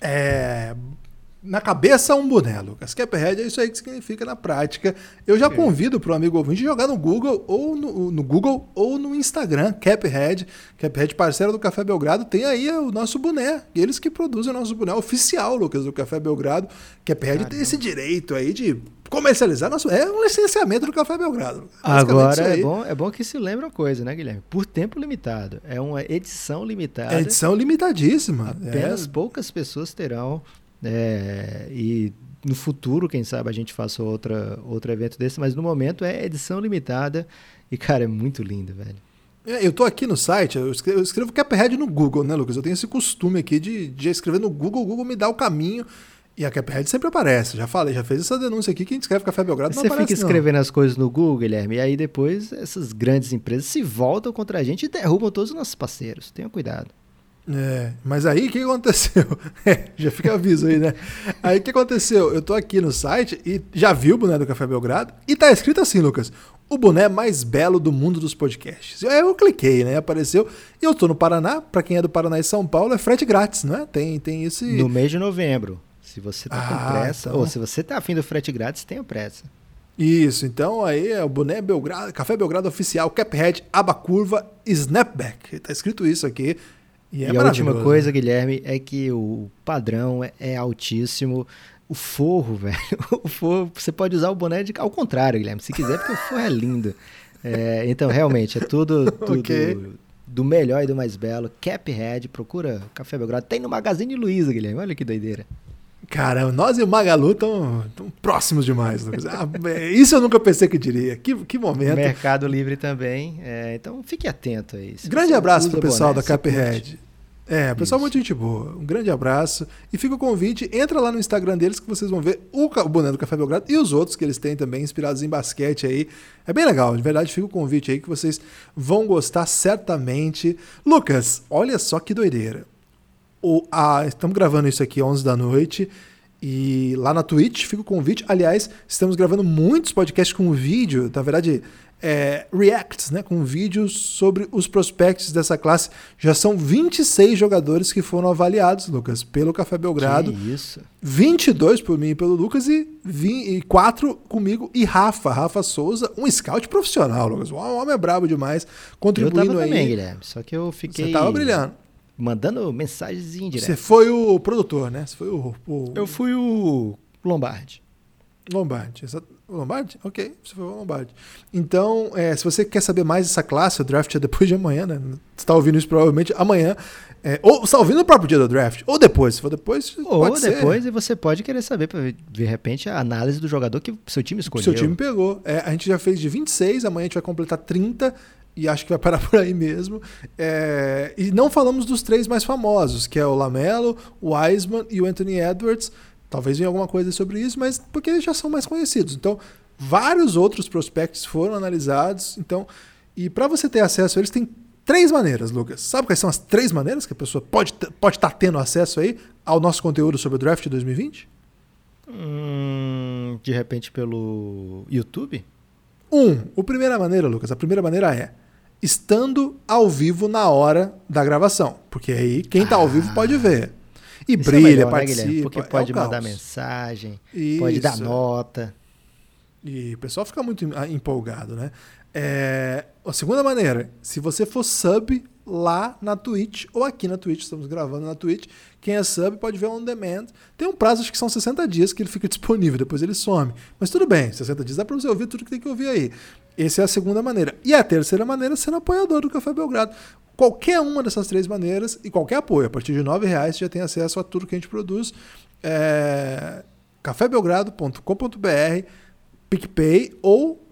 Na cabeça, um boné, Lucas. Cuphead é isso aí que significa na prática. Eu já convido para o amigo ouvinte jogar no Google ou no Google ou no Instagram, Cuphead. Cuphead, parceiro do Café Belgrado, tem aí o nosso boné. Eles que produzem o nosso boné oficial, Lucas, do Café Belgrado. Cuphead tem esse direito aí de comercializar nosso... É um licenciamento do Café Belgrado. Agora, é bom que se lembre uma coisa, né, Guilherme? Por tempo limitado. É uma edição limitada. É edição limitadíssima. Apenas poucas pessoas terão... e no futuro, quem sabe, a gente faça outro evento desse, mas no momento é edição limitada e, cara, é muito lindo, velho. Eu tô aqui no site, eu escrevo Cuphead no Google, né, Lucas? Eu tenho esse costume aqui de escrever no Google, o Google me dá o caminho e a Cuphead sempre aparece. Já fez essa denúncia aqui que a gente escreve Café Belgrado, não aparece. Você fica escrevendo as coisas no Google, Guilherme, e aí depois essas grandes empresas se voltam contra a gente e derrubam todos os nossos parceiros. Tenha cuidado. Mas aí o que aconteceu? Já fica aviso aí, né? Aí o que aconteceu? Eu tô aqui no site e já vi o boné do Café Belgrado e tá escrito assim, Lucas: o boné mais belo do mundo dos podcasts. Aí eu cliquei, né? Apareceu. E eu tô no Paraná. Pra quem é do Paraná e São Paulo, é frete grátis, não é? Tem esse... No mês de novembro. Se você tá com pressa, ou se você tá afim do frete grátis, tenha pressa. Isso, então aí é o boné Belgrado, Café Belgrado oficial, Cuphead, aba curva, snapback. Tá escrito isso aqui. E a última coisa, Guilherme, é que o padrão é altíssimo. O forro, velho, o forro, você pode usar o boné ao contrário, Guilherme, se quiser, porque o forro é lindo. Então, realmente, é tudo okay. Do melhor e do mais belo. Cuphead, procura Café Belgrado. Tem no Magazine Luiza, Guilherme, olha que doideira. Caramba, nós e o Magalu estão próximos demais, Lucas. Isso eu nunca pensei que diria. Que momento. Mercado Livre também. Então fique atento aí. Grande abraço pro pessoal da Cuphead. Pessoal, muito gente boa. Um grande abraço. E fica o convite, entra lá no Instagram deles que vocês vão ver o boné do Café Belgrado e os outros que eles têm também, inspirados em basquete aí. É bem legal, de verdade, fica o convite aí que vocês vão gostar certamente. Lucas, olha só que doideira. Estamos gravando isso aqui às 11 da noite e lá na Twitch fica o convite. Aliás, estamos gravando muitos podcasts com vídeo, na verdade, reacts, né, com vídeos sobre os prospects dessa classe. Já são 26 jogadores que foram avaliados, Lucas, pelo Café Belgrado. Que isso? 22 por mim e pelo Lucas e 4 comigo e Rafa Souza, um scout profissional, Lucas. O homem é brabo demais, contribuindo eu tava aí. Também, Guilherme, só que eu fiquei... Você tava brilhando. Mandando mensagens indiretas. Você foi o produtor, né? Você foi Eu fui o Lombardi. Lombardi? Ok, você foi o Lombardi. Então, se você quer saber mais dessa classe, o draft é depois de amanhã, né? Você está ouvindo isso provavelmente amanhã. Ou você está ouvindo no próprio dia do draft, ou depois. Se for depois, pode ser. Ou depois, e você pode querer saber, de repente, a análise do jogador que seu time escolheu. Seu time pegou. A gente já fez de 26, amanhã a gente vai completar 30, e acho que vai parar por aí mesmo. E não falamos dos 3 mais famosos, que é o Lamelo, o Wiseman e o Anthony Edwards. Talvez venha alguma coisa sobre isso, mas porque eles já são mais conhecidos. Então, vários outros prospects foram analisados. Então, e para você ter acesso a eles, tem 3 maneiras, Lucas. Sabe quais são as 3 maneiras que a pessoa pode estar tendo acesso aí ao nosso conteúdo sobre o Draft 2020? De repente pelo YouTube? A primeira maneira, Lucas, é estando ao vivo na hora da gravação. Porque aí quem está ao vivo pode ver. E isso brilha, melhor, participa. Né, porque pode mandar mensagem, pode dar nota. E o pessoal fica muito empolgado, né? A segunda maneira, se você for sub lá na Twitch, ou aqui na Twitch, estamos gravando na Twitch, quem é sub pode ver on demand. Tem um prazo, acho que são 60 dias que ele fica disponível, depois ele some. Mas tudo bem, 60 dias dá para você ouvir tudo que tem que ouvir aí. Essa é a segunda maneira. E a terceira maneira é sendo apoiador do Café Belgrado. Qualquer uma dessas 3 maneiras e qualquer apoio, a partir de R$9 você já tem acesso a tudo que a gente produz. cafébelgrado.com.br, PicPay ou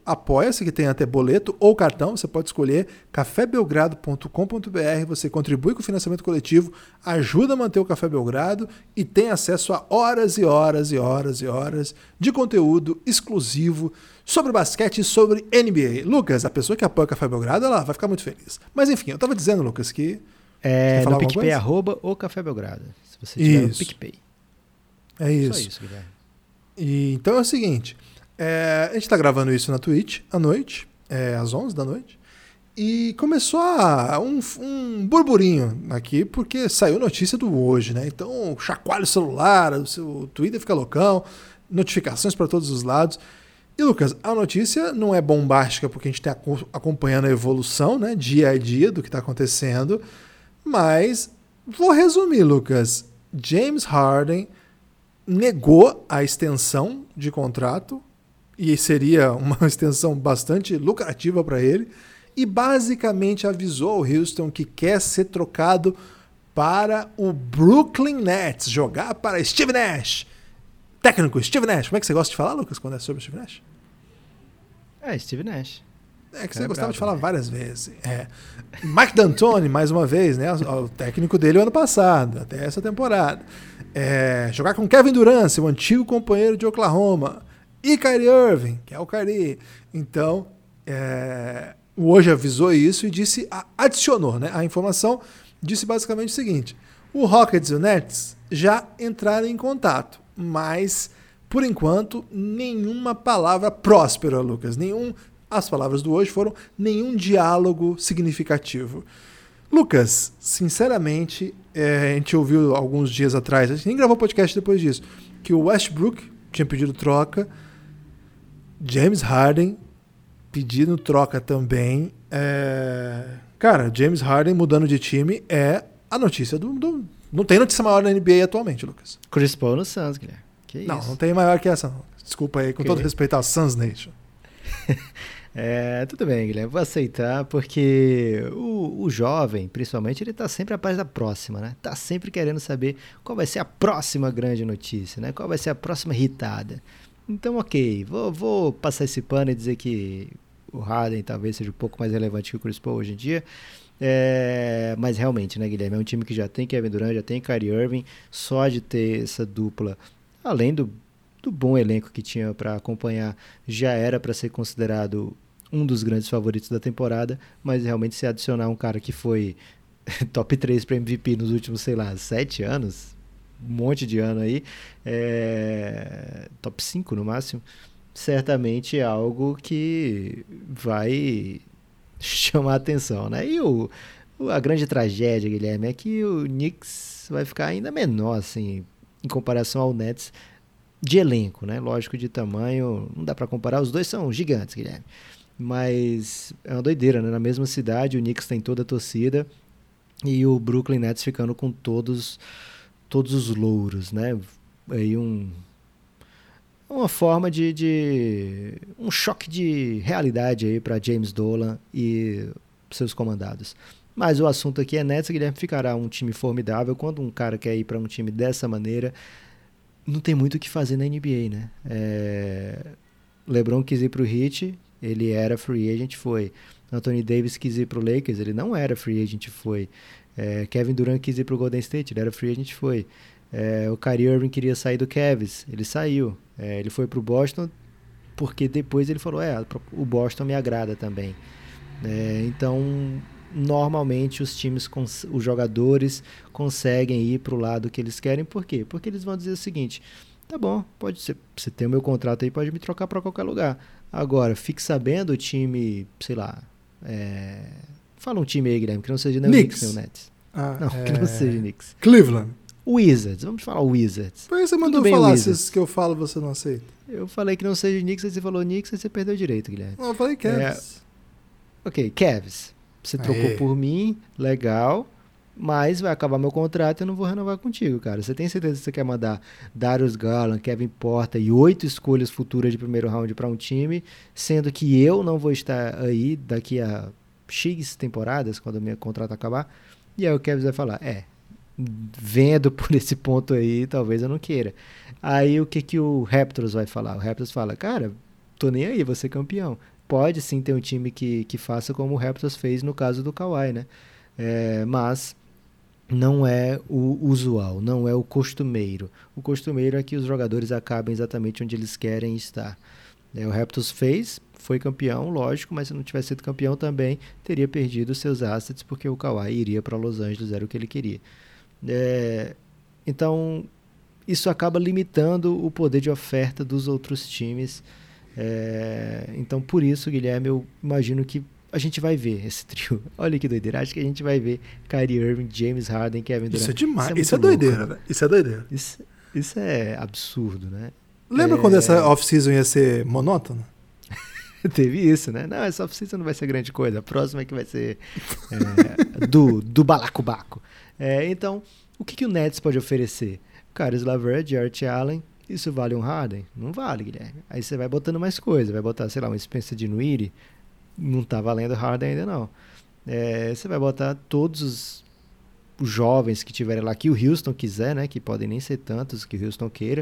Apoia-se, que tem até boleto ou cartão, você pode escolher cafébelgrado.com.br, você contribui com o financiamento coletivo, ajuda a manter o Café Belgrado e tem acesso a horas e horas e horas e horas de conteúdo exclusivo sobre basquete e sobre NBA. Lucas, a pessoa que apoia o Café Belgrado, ela vai ficar muito feliz. Mas enfim, eu tava dizendo, Lucas, que... no PicPay, @o Café Belgrado, se você tiver no PicPay. É isso. Só isso, Guilherme. E, então é o seguinte... a gente tá gravando isso na Twitch à noite, às 11 da noite, e começou um burburinho aqui, porque saiu notícia do hoje, né? Então chacoalha o celular, o seu Twitter fica loucão, notificações para todos os lados. E Lucas, a notícia não é bombástica porque a gente está acompanhando a evolução, né, dia a dia do que está acontecendo, mas vou resumir, Lucas. James Harden negou a extensão de contrato, e seria uma extensão bastante lucrativa para ele, e basicamente avisou ao Houston que quer ser trocado para o Brooklyn Nets, jogar para Steve Nash. Técnico, Steve Nash. Como é que você gosta de falar, Lucas, quando é sobre Steve Nash? Steve Nash. É que você gostava de falar várias vezes. Mike D'Antoni, mais uma vez, né? O técnico dele o ano passado, até essa temporada. Jogar com Kevin Durant, seu antigo companheiro de Oklahoma. E Kyrie Irving, que é o Kyrie. Então, o hoje avisou isso e adicionou, né, a informação, disse basicamente o seguinte: o Rockets e o Nets já entraram em contato, mas, por enquanto, nenhuma palavra próspera, Lucas. As palavras do hoje foram nenhum diálogo significativo. Lucas, sinceramente, a gente ouviu alguns dias atrás, a gente nem gravou podcast depois disso, que o Westbrook tinha pedido troca, James Harden pedindo troca também. Cara, James Harden mudando de time é a notícia não tem notícia maior na NBA atualmente, Lucas. Chris Paul no Suns, Guilherme. Que não, isso? não tem maior que essa. Não. Desculpa aí, com todo respeito ao Suns Nation. Tudo bem, Guilherme, vou aceitar, porque o jovem, principalmente, ele tá sempre atrás da próxima, né? Tá sempre querendo saber qual vai ser a próxima grande notícia, né? Qual vai ser a próxima irritada. Então, ok, vou passar esse pano e dizer que o Harden talvez seja um pouco mais relevante que o Chris Paul hoje em dia. Mas realmente, né, Guilherme? É um time que já tem Kevin Durant, já tem Kyrie Irving, só de ter essa dupla, além do bom elenco que tinha para acompanhar, já era para ser considerado um dos grandes favoritos da temporada, mas realmente se adicionar um cara que foi top 3 para MVP nos últimos, 7 anos, um monte de ano aí, top 5 no máximo, certamente é algo que vai chamar a atenção, né? E a grande tragédia, Guilherme, é que o Knicks vai ficar ainda menor, assim, em comparação ao Nets, de elenco, né? Lógico, de tamanho, não dá para comparar, os dois são gigantes, Guilherme. Mas é uma doideira, né? Na mesma cidade, o Knicks tem toda a torcida e o Brooklyn Nets ficando com todos os louros, né? Aí uma forma de um choque de realidade aí para James Dolan e seus comandados. Mas o assunto aqui é Nets, Guilherme, ficará um time formidável. Quando um cara quer ir para um time dessa maneira, não tem muito o que fazer na NBA, né? LeBron quis ir pro Heat, ele era free agent, foi. Anthony Davis quis ir pro Lakers, ele não era free agent, foi. Kevin Durant quis ir pro Golden State, ele era free agent, foi. O Kyrie Irving queria sair do Cavs, ele saiu. Ele foi pro Boston, porque depois ele falou, o Boston me agrada também. Então, normalmente os times, os jogadores conseguem ir pro lado que eles querem. Por quê? Porque eles vão dizer o seguinte: tá bom, pode ser, você tem o meu contrato aí, pode me trocar para qualquer lugar. Agora, fique sabendo, o time, fala um time aí, Guilherme, que não seja nem o Knicks nem o Nets. Que não seja Knicks. Cleveland. Wizards, vamos falar Wizards. Por que você mandou falar se esses que eu falo você não aceita? Eu falei que não seja Knicks, aí você falou Knicks, aí você perdeu o direito, Guilherme. Não, eu falei Cavs. Ok, Cavs. Você trocou por mim, legal, mas vai acabar meu contrato e eu não vou renovar contigo, cara. Você tem certeza que você quer mandar Darius Garland, Kevin Porter e 8 escolhas futuras de primeiro round para um time, sendo que eu não vou estar aí daqui a X temporadas, quando o meu contrato acabar? E aí o Cavs vai falar, vendo por esse ponto aí, talvez eu não queira. Aí o que o Raptors vai falar? O Raptors fala, cara, tô nem aí, vou ser campeão. pode sim ter um time que faça como o Raptors fez no caso do Kawhi, né? Mas não é o usual, não é o costumeiro. O costumeiro é que os jogadores acabem exatamente onde eles querem estar. O Raptors foi campeão, lógico, mas se não tivesse sido campeão também teria perdido seus assets, porque o Kawhi iria para Los Angeles, era o que ele queria. Então, isso acaba limitando o poder de oferta dos outros times. Então, por isso, Guilherme, eu imagino que a gente vai ver esse trio. Olha que doideira. Acho que a gente vai ver Kyrie Irving, James Harden, Kevin Durant. Isso é demais. Isso é doideira, velho. Isso é doideira. Isso é absurdo, né? Lembra quando essa off-season ia ser monótona? Teve isso, né? Não, essa off-season não vai ser grande coisa. A próxima é que vai ser do balacobaco. Então, o que o Nets pode oferecer? Caris LeVert, Jarrett Allen. Isso vale um Harden? Não vale, Guilherme. Aí você vai botando mais coisa. Vai botar, sei lá, um Spencer Dinwiddie. Não tá valendo Harden ainda não. Você vai botar todos os jovens que tiverem lá, que o Houston quiser, né? Que podem nem ser tantos que o Houston queira.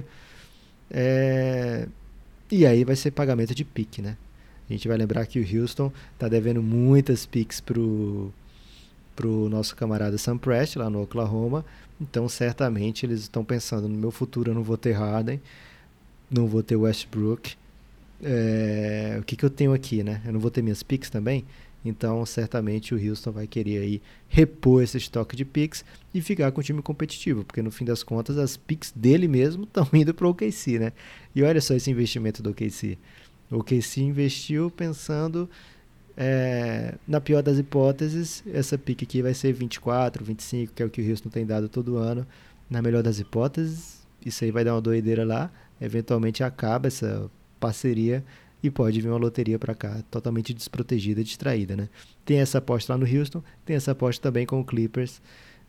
E aí vai ser pagamento de pique, né? A gente vai lembrar que o Houston tá devendo muitas picks pro nosso camarada Sam Prest lá no Oklahoma. Então certamente eles estão pensando, no meu futuro eu não vou ter Harden, não vou ter Westbrook. O que eu tenho aqui, né? Eu não vou ter minhas picks também. Então certamente o Houston vai querer aí repor esse estoque de picks e ficar com um time competitivo, porque no fim das contas as picks dele mesmo estão indo para o OKC, né? E olha só esse investimento do OKC. O OKC investiu pensando, na pior das hipóteses, essa pick aqui vai ser 24, 25, que é o que o Houston tem dado todo ano. Na melhor das hipóteses, isso aí vai dar uma doideira lá, eventualmente acaba essa parceria e pode vir uma loteria para cá, totalmente desprotegida, distraída, né? Tem essa aposta lá no Houston, tem essa aposta também com o Clippers.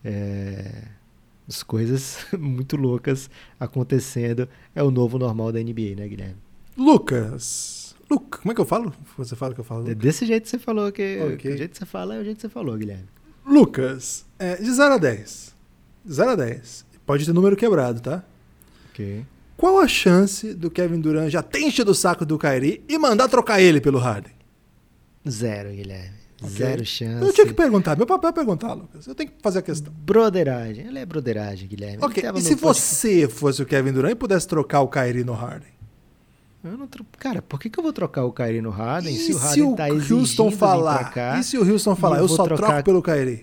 As coisas muito loucas acontecendo. É o novo normal da NBA, né, Guilherme? Lucas, como é que eu falo? Você fala que eu falo? Desse jeito que você falou, Okay. O jeito que você fala é o jeito que você falou, Guilherme. Lucas, de 0 a 10. 0 a 10. Pode ter número quebrado, tá? Ok. Qual a chance do Kevin Durant já ter enchido o saco do Kyrie e mandar trocar ele pelo Harden? 0, Guilherme. Okay. 0 chance. Eu tinha que perguntar. Meu papel é perguntar, Lucas. Eu tenho que fazer a questão. Broderagem. Ela é broderagem, Guilherme. Ok. E se você fosse o Kevin Durant e pudesse trocar o Kyrie no Harden? Cara, por que eu vou trocar o Kyrie no Harden E se o Harden tá exigindo Houston falar, pra cá? E se o Houston falar, eu só troco pelo Kyrie?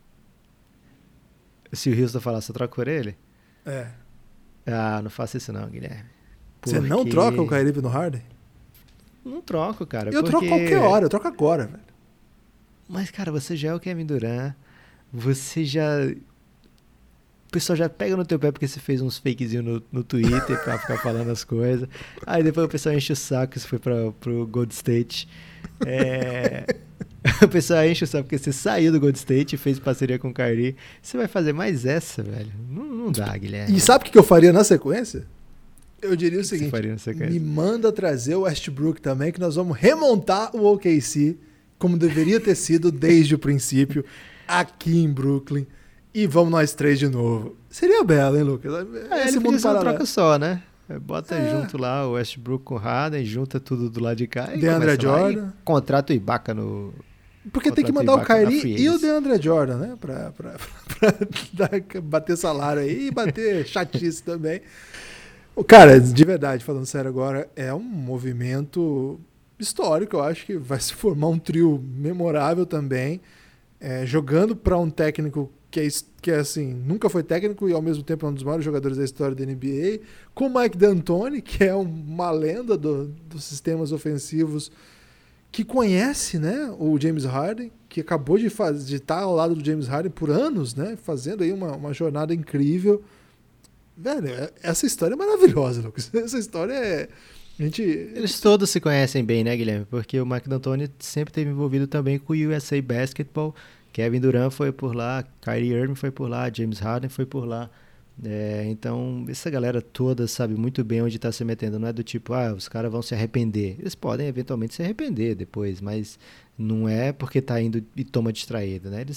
Se o Houston falar, só troco por ele? É. Não faça isso não, Guilherme. Você não troca o Kyrie no Harden? Não troco, cara. Eu troco qualquer hora, eu troco agora, velho. Mas, cara, você já é o Kevin Durant. Você já... O pessoal já pega no teu pé porque você fez uns fakezinhos no Twitter pra ficar falando as coisas. Aí depois o pessoal enche o saco, você foi pro Gold State. O pessoal enche o saco porque você saiu do Gold State e fez parceria com o Kyrie. Você vai fazer mais essa, velho? Não dá, Guilherme. E sabe o que eu faria na sequência? Eu diria o seguinte, você me manda trazer o Westbrook também, que nós vamos remontar o OKC como deveria ter sido desde o princípio, aqui em Brooklyn, e vamos nós três de novo. Seria belo, hein, Lucas? Ele podia ser uma troca só, né? Bota junto lá o Westbrook com o Harden, junta tudo do lado de cá e DeAndre Jordan. Contrata o Ibaka no... Porque tem que mandar o Kyrie e o DeAndre Jordan, né? Pra bater salário aí e bater chatice também. Cara, de verdade, falando sério agora, é um movimento histórico. Eu acho que vai se formar um trio memorável também. Jogando para um técnico que é assim, nunca foi técnico e ao mesmo tempo é um dos maiores jogadores da história da NBA. Com o Mike D'Antoni, que é uma lenda dos sistemas ofensivos, que conhece, né, o James Harden, que acabou de estar ao lado do James Harden por anos, né, fazendo aí uma jornada incrível. Velho, essa história é maravilhosa, Lucas. Essa história é... Eles todos se conhecem bem, né, Guilherme? Porque o Mike D'Antoni sempre esteve envolvido também com o USA Basketball. Kevin Durant foi por lá, Kyrie Irving foi por lá, James Harden foi por lá. Então, essa galera toda sabe muito bem onde está se metendo. Não é do tipo, os caras vão se arrepender. Eles podem eventualmente se arrepender depois, mas não é porque tá indo e toma distraído, né? Eles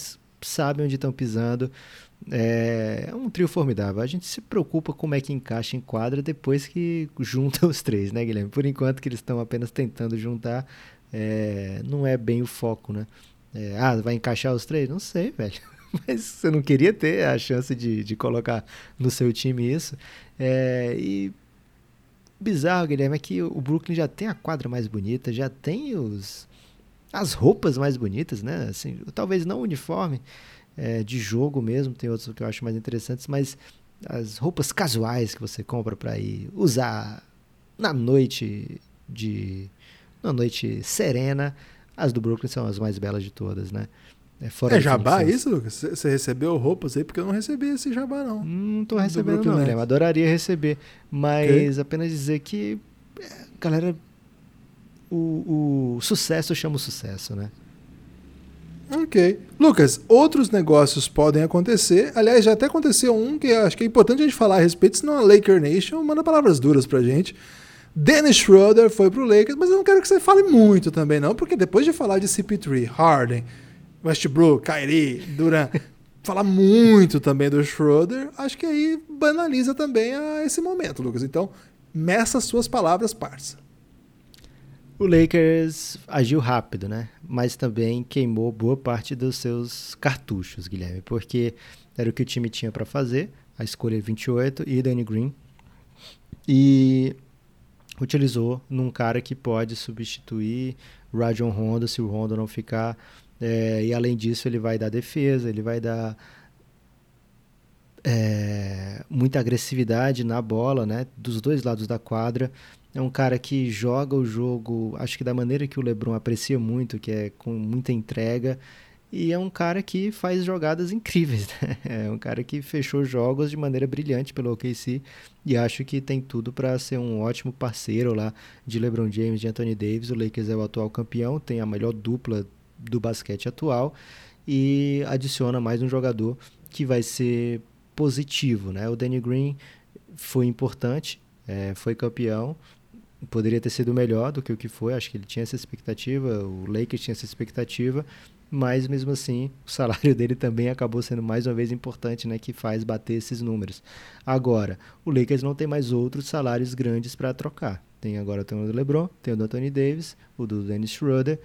sabem onde estão pisando. É um trio formidável. A gente se preocupa como é que encaixa em quadra depois que junta os três, né, Guilherme? Por enquanto que eles estão apenas tentando juntar, não é bem o foco, né? Vai encaixar os três? Não sei, velho. Mas você não queria ter a chance de colocar no seu time isso. E bizarro, Guilherme, é que o Brooklyn já tem a quadra mais bonita, já tem as roupas mais bonitas, né? Assim, talvez não o uniforme de jogo mesmo, tem outros que eu acho mais interessantes, mas as roupas casuais que você compra para ir usar na noite serena, as do Brooklyn são as mais belas de todas, né? É jabá isso, Lucas? Você recebeu roupas aí? Porque eu não recebi esse jabá, não. Não tô recebendo não, Guilherme. Adoraria receber. Mas apenas dizer que, galera, o sucesso chama o sucesso, né? Ok. Lucas, outros negócios podem acontecer. Aliás, já até aconteceu um que acho que é importante a gente falar a respeito, senão a Laker Nation manda palavras duras pra gente. Dennis Schroeder foi pro Lakers, mas eu não quero que você fale muito também não, porque depois de falar de CP3, Harden, Westbrook, Kyrie, Durant, falar muito também do Schroeder, acho que aí banaliza também esse momento, Lucas. Então, meça as suas palavras, parça. O Lakers agiu rápido, né? Mas também queimou boa parte dos seus cartuchos, Guilherme, porque era o que o time tinha para fazer, a escolha 28 e Danny Green, e utilizou num cara que pode substituir Rajon Rondo se o Rondo não ficar. E além disso ele vai dar defesa, ele vai dar muita agressividade na bola, né, dos dois lados da quadra. É um cara que joga o jogo, acho que da maneira que o LeBron aprecia muito, que é com muita entrega, e é um cara que faz jogadas incríveis, né? É um cara que fechou jogos de maneira brilhante pelo OKC, e acho que tem tudo para ser um ótimo parceiro lá de LeBron James, de Anthony Davis. O Lakers é o atual campeão, tem a melhor dupla do basquete atual e adiciona mais um jogador que vai ser positivo, né? O Danny Green foi importante, foi campeão, poderia ter sido melhor do que o que foi, acho que ele tinha essa expectativa, o Lakers tinha essa expectativa, mas mesmo assim o salário dele também acabou sendo mais uma vez importante, né, que faz bater esses números. Agora, o Lakers não tem mais outros salários grandes para trocar. Tem o do LeBron, tem o do Anthony Davis, o do Dennis Schroeder.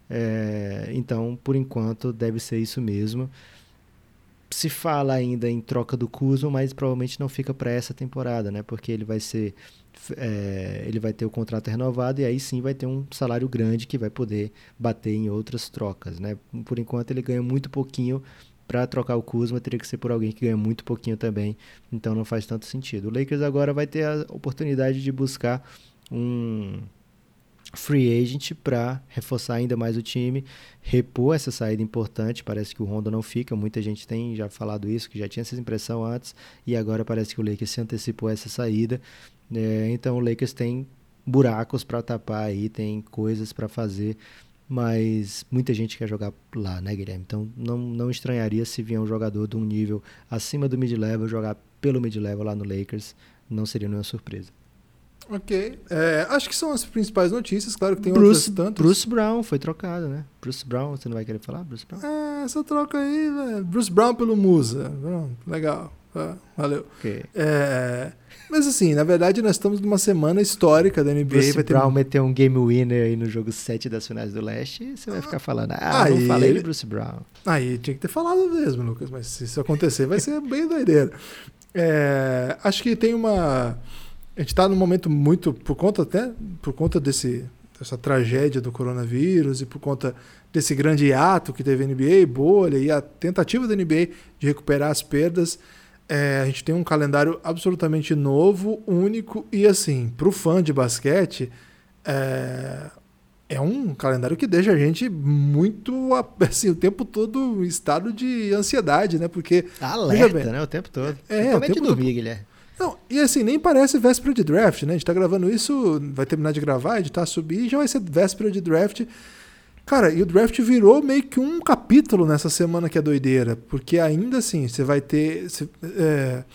Então, por enquanto, deve ser isso mesmo. Se fala ainda em troca do Kuzma, mas provavelmente não fica para essa temporada, né? Porque ele vai ter o contrato renovado e aí sim vai ter um salário grande que vai poder bater em outras trocas, né? Por enquanto ele ganha muito pouquinho. Para trocar o Kuzma teria que ser por alguém que ganha muito pouquinho também, então não faz tanto sentido. O Lakers agora vai ter a oportunidade de buscar um free agent para reforçar ainda mais o time, repor essa saída importante. Parece que o Rondo não fica, muita gente tem já falado isso, que já tinha essa impressão antes, e agora parece que o Lakers se antecipou a essa saída. Então o Lakers tem buracos para tapar aí, tem coisas para fazer, mas muita gente quer jogar lá, né, Guilherme? Então não estranharia se vier um jogador de um nível acima do mid-level jogar pelo mid-level lá no Lakers, não seria nenhuma surpresa. Ok. Acho que são as principais notícias. Claro que tem outras tantas. Bruce Brown foi trocado, né? Bruce Brown, você não vai querer falar? Bruce Brown? Essa troca aí, velho. Bruce Brown pelo Musa. Legal. Valeu. Okay. Mas assim, na verdade nós estamos numa semana histórica da NBA. Bruce Brown meteu um game winner aí no jogo 7 das finais do Leste e você vai ficar falando, não falei de Bruce Brown. Aí tinha que ter falado mesmo, Lucas, mas se isso acontecer vai ser bem doideira. Acho que tem uma... A gente está num momento muito, por conta dessa tragédia do coronavírus e por conta desse grande hiato que teve a NBA, bolha, e a tentativa da NBA de recuperar as perdas. A gente tem um calendário absolutamente novo, único, e assim, para o fã de basquete, é um calendário que deixa a gente muito, assim, o tempo todo em estado de ansiedade, né? Porque... Alerta, né? O tempo todo. Principalmente dormir, Guilherme. Não, e assim, nem parece véspera de draft, né? A gente tá gravando isso, vai terminar de gravar, editar, subir, e já vai ser véspera de draft. Cara, e o draft virou meio que um capítulo nessa semana que é doideira, porque ainda assim, você vai ter...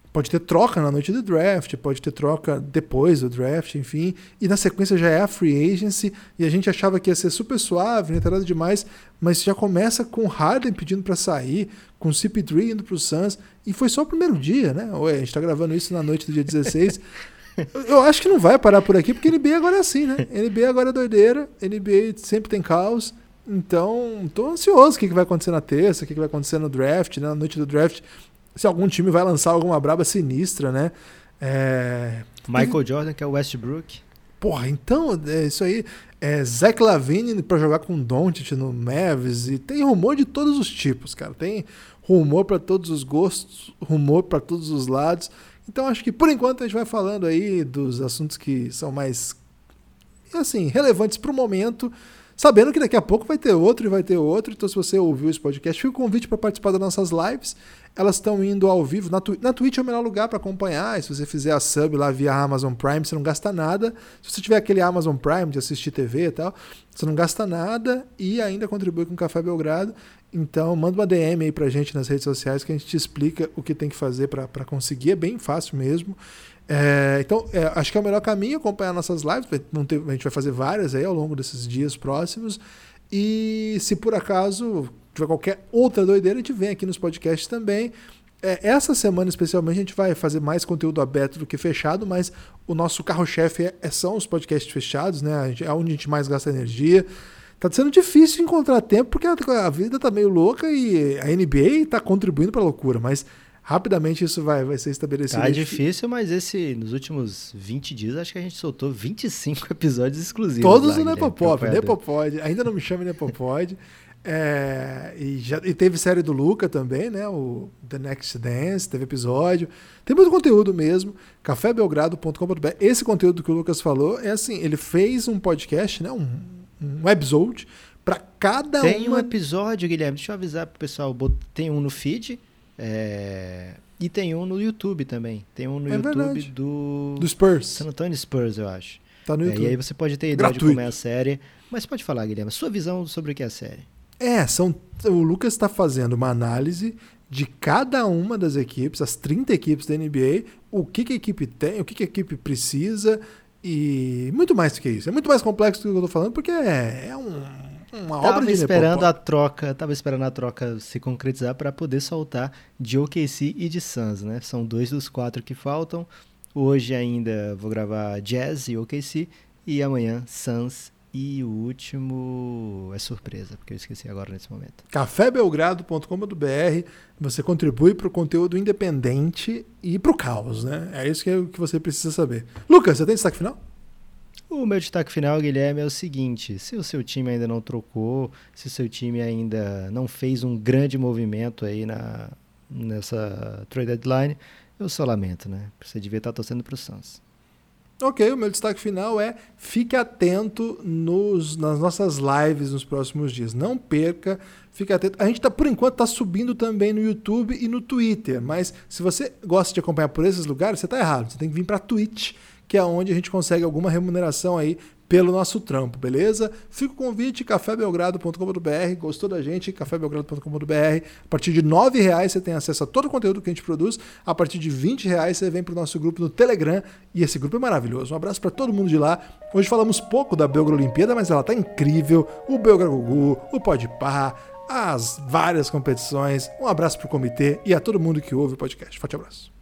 Pode ter troca na noite do draft, pode ter troca depois do draft, enfim. E na sequência já é a free agency. E a gente achava que ia ser super suave, não tem nada demais. Mas já começa com o Harden pedindo para sair, com o CP3 indo pro Suns. E foi só o primeiro dia, né? Ué, a gente tá gravando isso na noite do dia 16. Eu acho que não vai parar por aqui, porque NBA agora é assim, né? NBA agora é doideira. NBA sempre tem caos. Então, tô ansioso o que vai acontecer na terça, o que vai acontecer no draft, né? Na noite do draft. Se algum time vai lançar alguma braba sinistra, né? Michael Jordan, que é o Westbrook. Porra, então, isso aí. Zach LaVine pra jogar com Doncic no Mavs. E tem rumor de todos os tipos, cara. Tem rumor pra todos os gostos, rumor pra todos os lados. Então, acho que, por enquanto, a gente vai falando aí dos assuntos que são mais, assim, relevantes pro momento. Sabendo que daqui a pouco vai ter outro e vai ter outro. Então, se você ouviu esse podcast, fica o convite para participar das nossas lives. Elas estão indo ao vivo. Na Twitch é o melhor lugar para acompanhar. E se você fizer a sub lá via Amazon Prime, você não gasta nada. Se você tiver aquele Amazon Prime de assistir TV e tal, você não gasta nada e ainda contribui com o Café Belgrado. Então, manda uma DM aí pra gente nas redes sociais que a gente te explica o que tem que fazer para conseguir. É bem fácil mesmo. Então, acho que é o melhor caminho acompanhar nossas lives. A gente vai fazer várias aí ao longo desses dias próximos. E se por acaso tiver qualquer outra doideira, a gente vem aqui nos podcasts também. Essa semana, especialmente, a gente vai fazer mais conteúdo aberto do que fechado, mas o nosso carro-chefe são os podcasts fechados, né? É onde a gente mais gasta energia. Tá sendo difícil encontrar tempo, porque a vida tá meio louca e a NBA tá contribuindo pra loucura, mas rapidamente isso vai ser estabelecido. Tá difícil, mas nos últimos 20 dias, acho que a gente soltou 25 episódios exclusivos. Todos no Nepopod. Ainda não me chama Nepopod. E teve série do Luca também, né? O The Next Dance, teve episódio. Tem muito conteúdo mesmo. cafébelgrado.com.br. Esse conteúdo que o Lucas falou é assim, ele fez um podcast, né? Um episode para cada Tem um episódio, Guilherme, deixa eu avisar pro pessoal, tem um no feed, e tem um no YouTube também. Tem um no YouTube verdade. do Spurs. San Antonio Spurs, eu acho. Tá no YouTube. E aí você pode ter ideia de como é a série. Mas pode falar, Guilherme, sua visão sobre o que é a série. O Lucas está fazendo uma análise de cada uma das equipes, as 30 equipes da NBA, o que a equipe tem, o que a equipe precisa e muito mais do que isso. É muito mais complexo do que eu estou falando, porque uma obra de Tava esperando a troca se concretizar para poder soltar de OKC e de Suns, né? São 2 dos 4 que faltam. Hoje ainda vou gravar Jazz e OKC e amanhã Suns e o último é surpresa, porque eu esqueci agora nesse momento. cafébelgrado.com.br. Você contribui para o conteúdo independente e para o caos, né? É isso que você precisa saber. Lucas, você tem destaque final? O meu destaque final, Guilherme, é o seguinte: se o seu time ainda não trocou, se o seu time ainda não fez um grande movimento aí nessa trade deadline, eu só lamento, né? Você devia estar torcendo para o Suns. Ok, o meu destaque final é: fique atento nas nossas lives nos próximos dias. Não perca, fique atento. A gente por enquanto está subindo também no YouTube e no Twitter, mas se você gosta de acompanhar por esses lugares, você está errado. Você tem que vir para a Twitch, que é onde a gente consegue alguma remuneração aí pelo nosso trampo, beleza? Fica o convite, cafébelgrado.com.br. Gostou da gente? cafébelgrado.com.br. A partir de R$9 você tem acesso a todo o conteúdo que a gente produz. A partir de R$20 você vem para o nosso grupo no Telegram. E esse grupo é maravilhoso. Um abraço para todo mundo de lá. Hoje falamos pouco da Belgra Olimpíada, mas ela tá incrível. O Belgra Gugu, o Podpah, as várias competições. Um abraço para o comitê e a todo mundo que ouve o podcast. Forte abraço.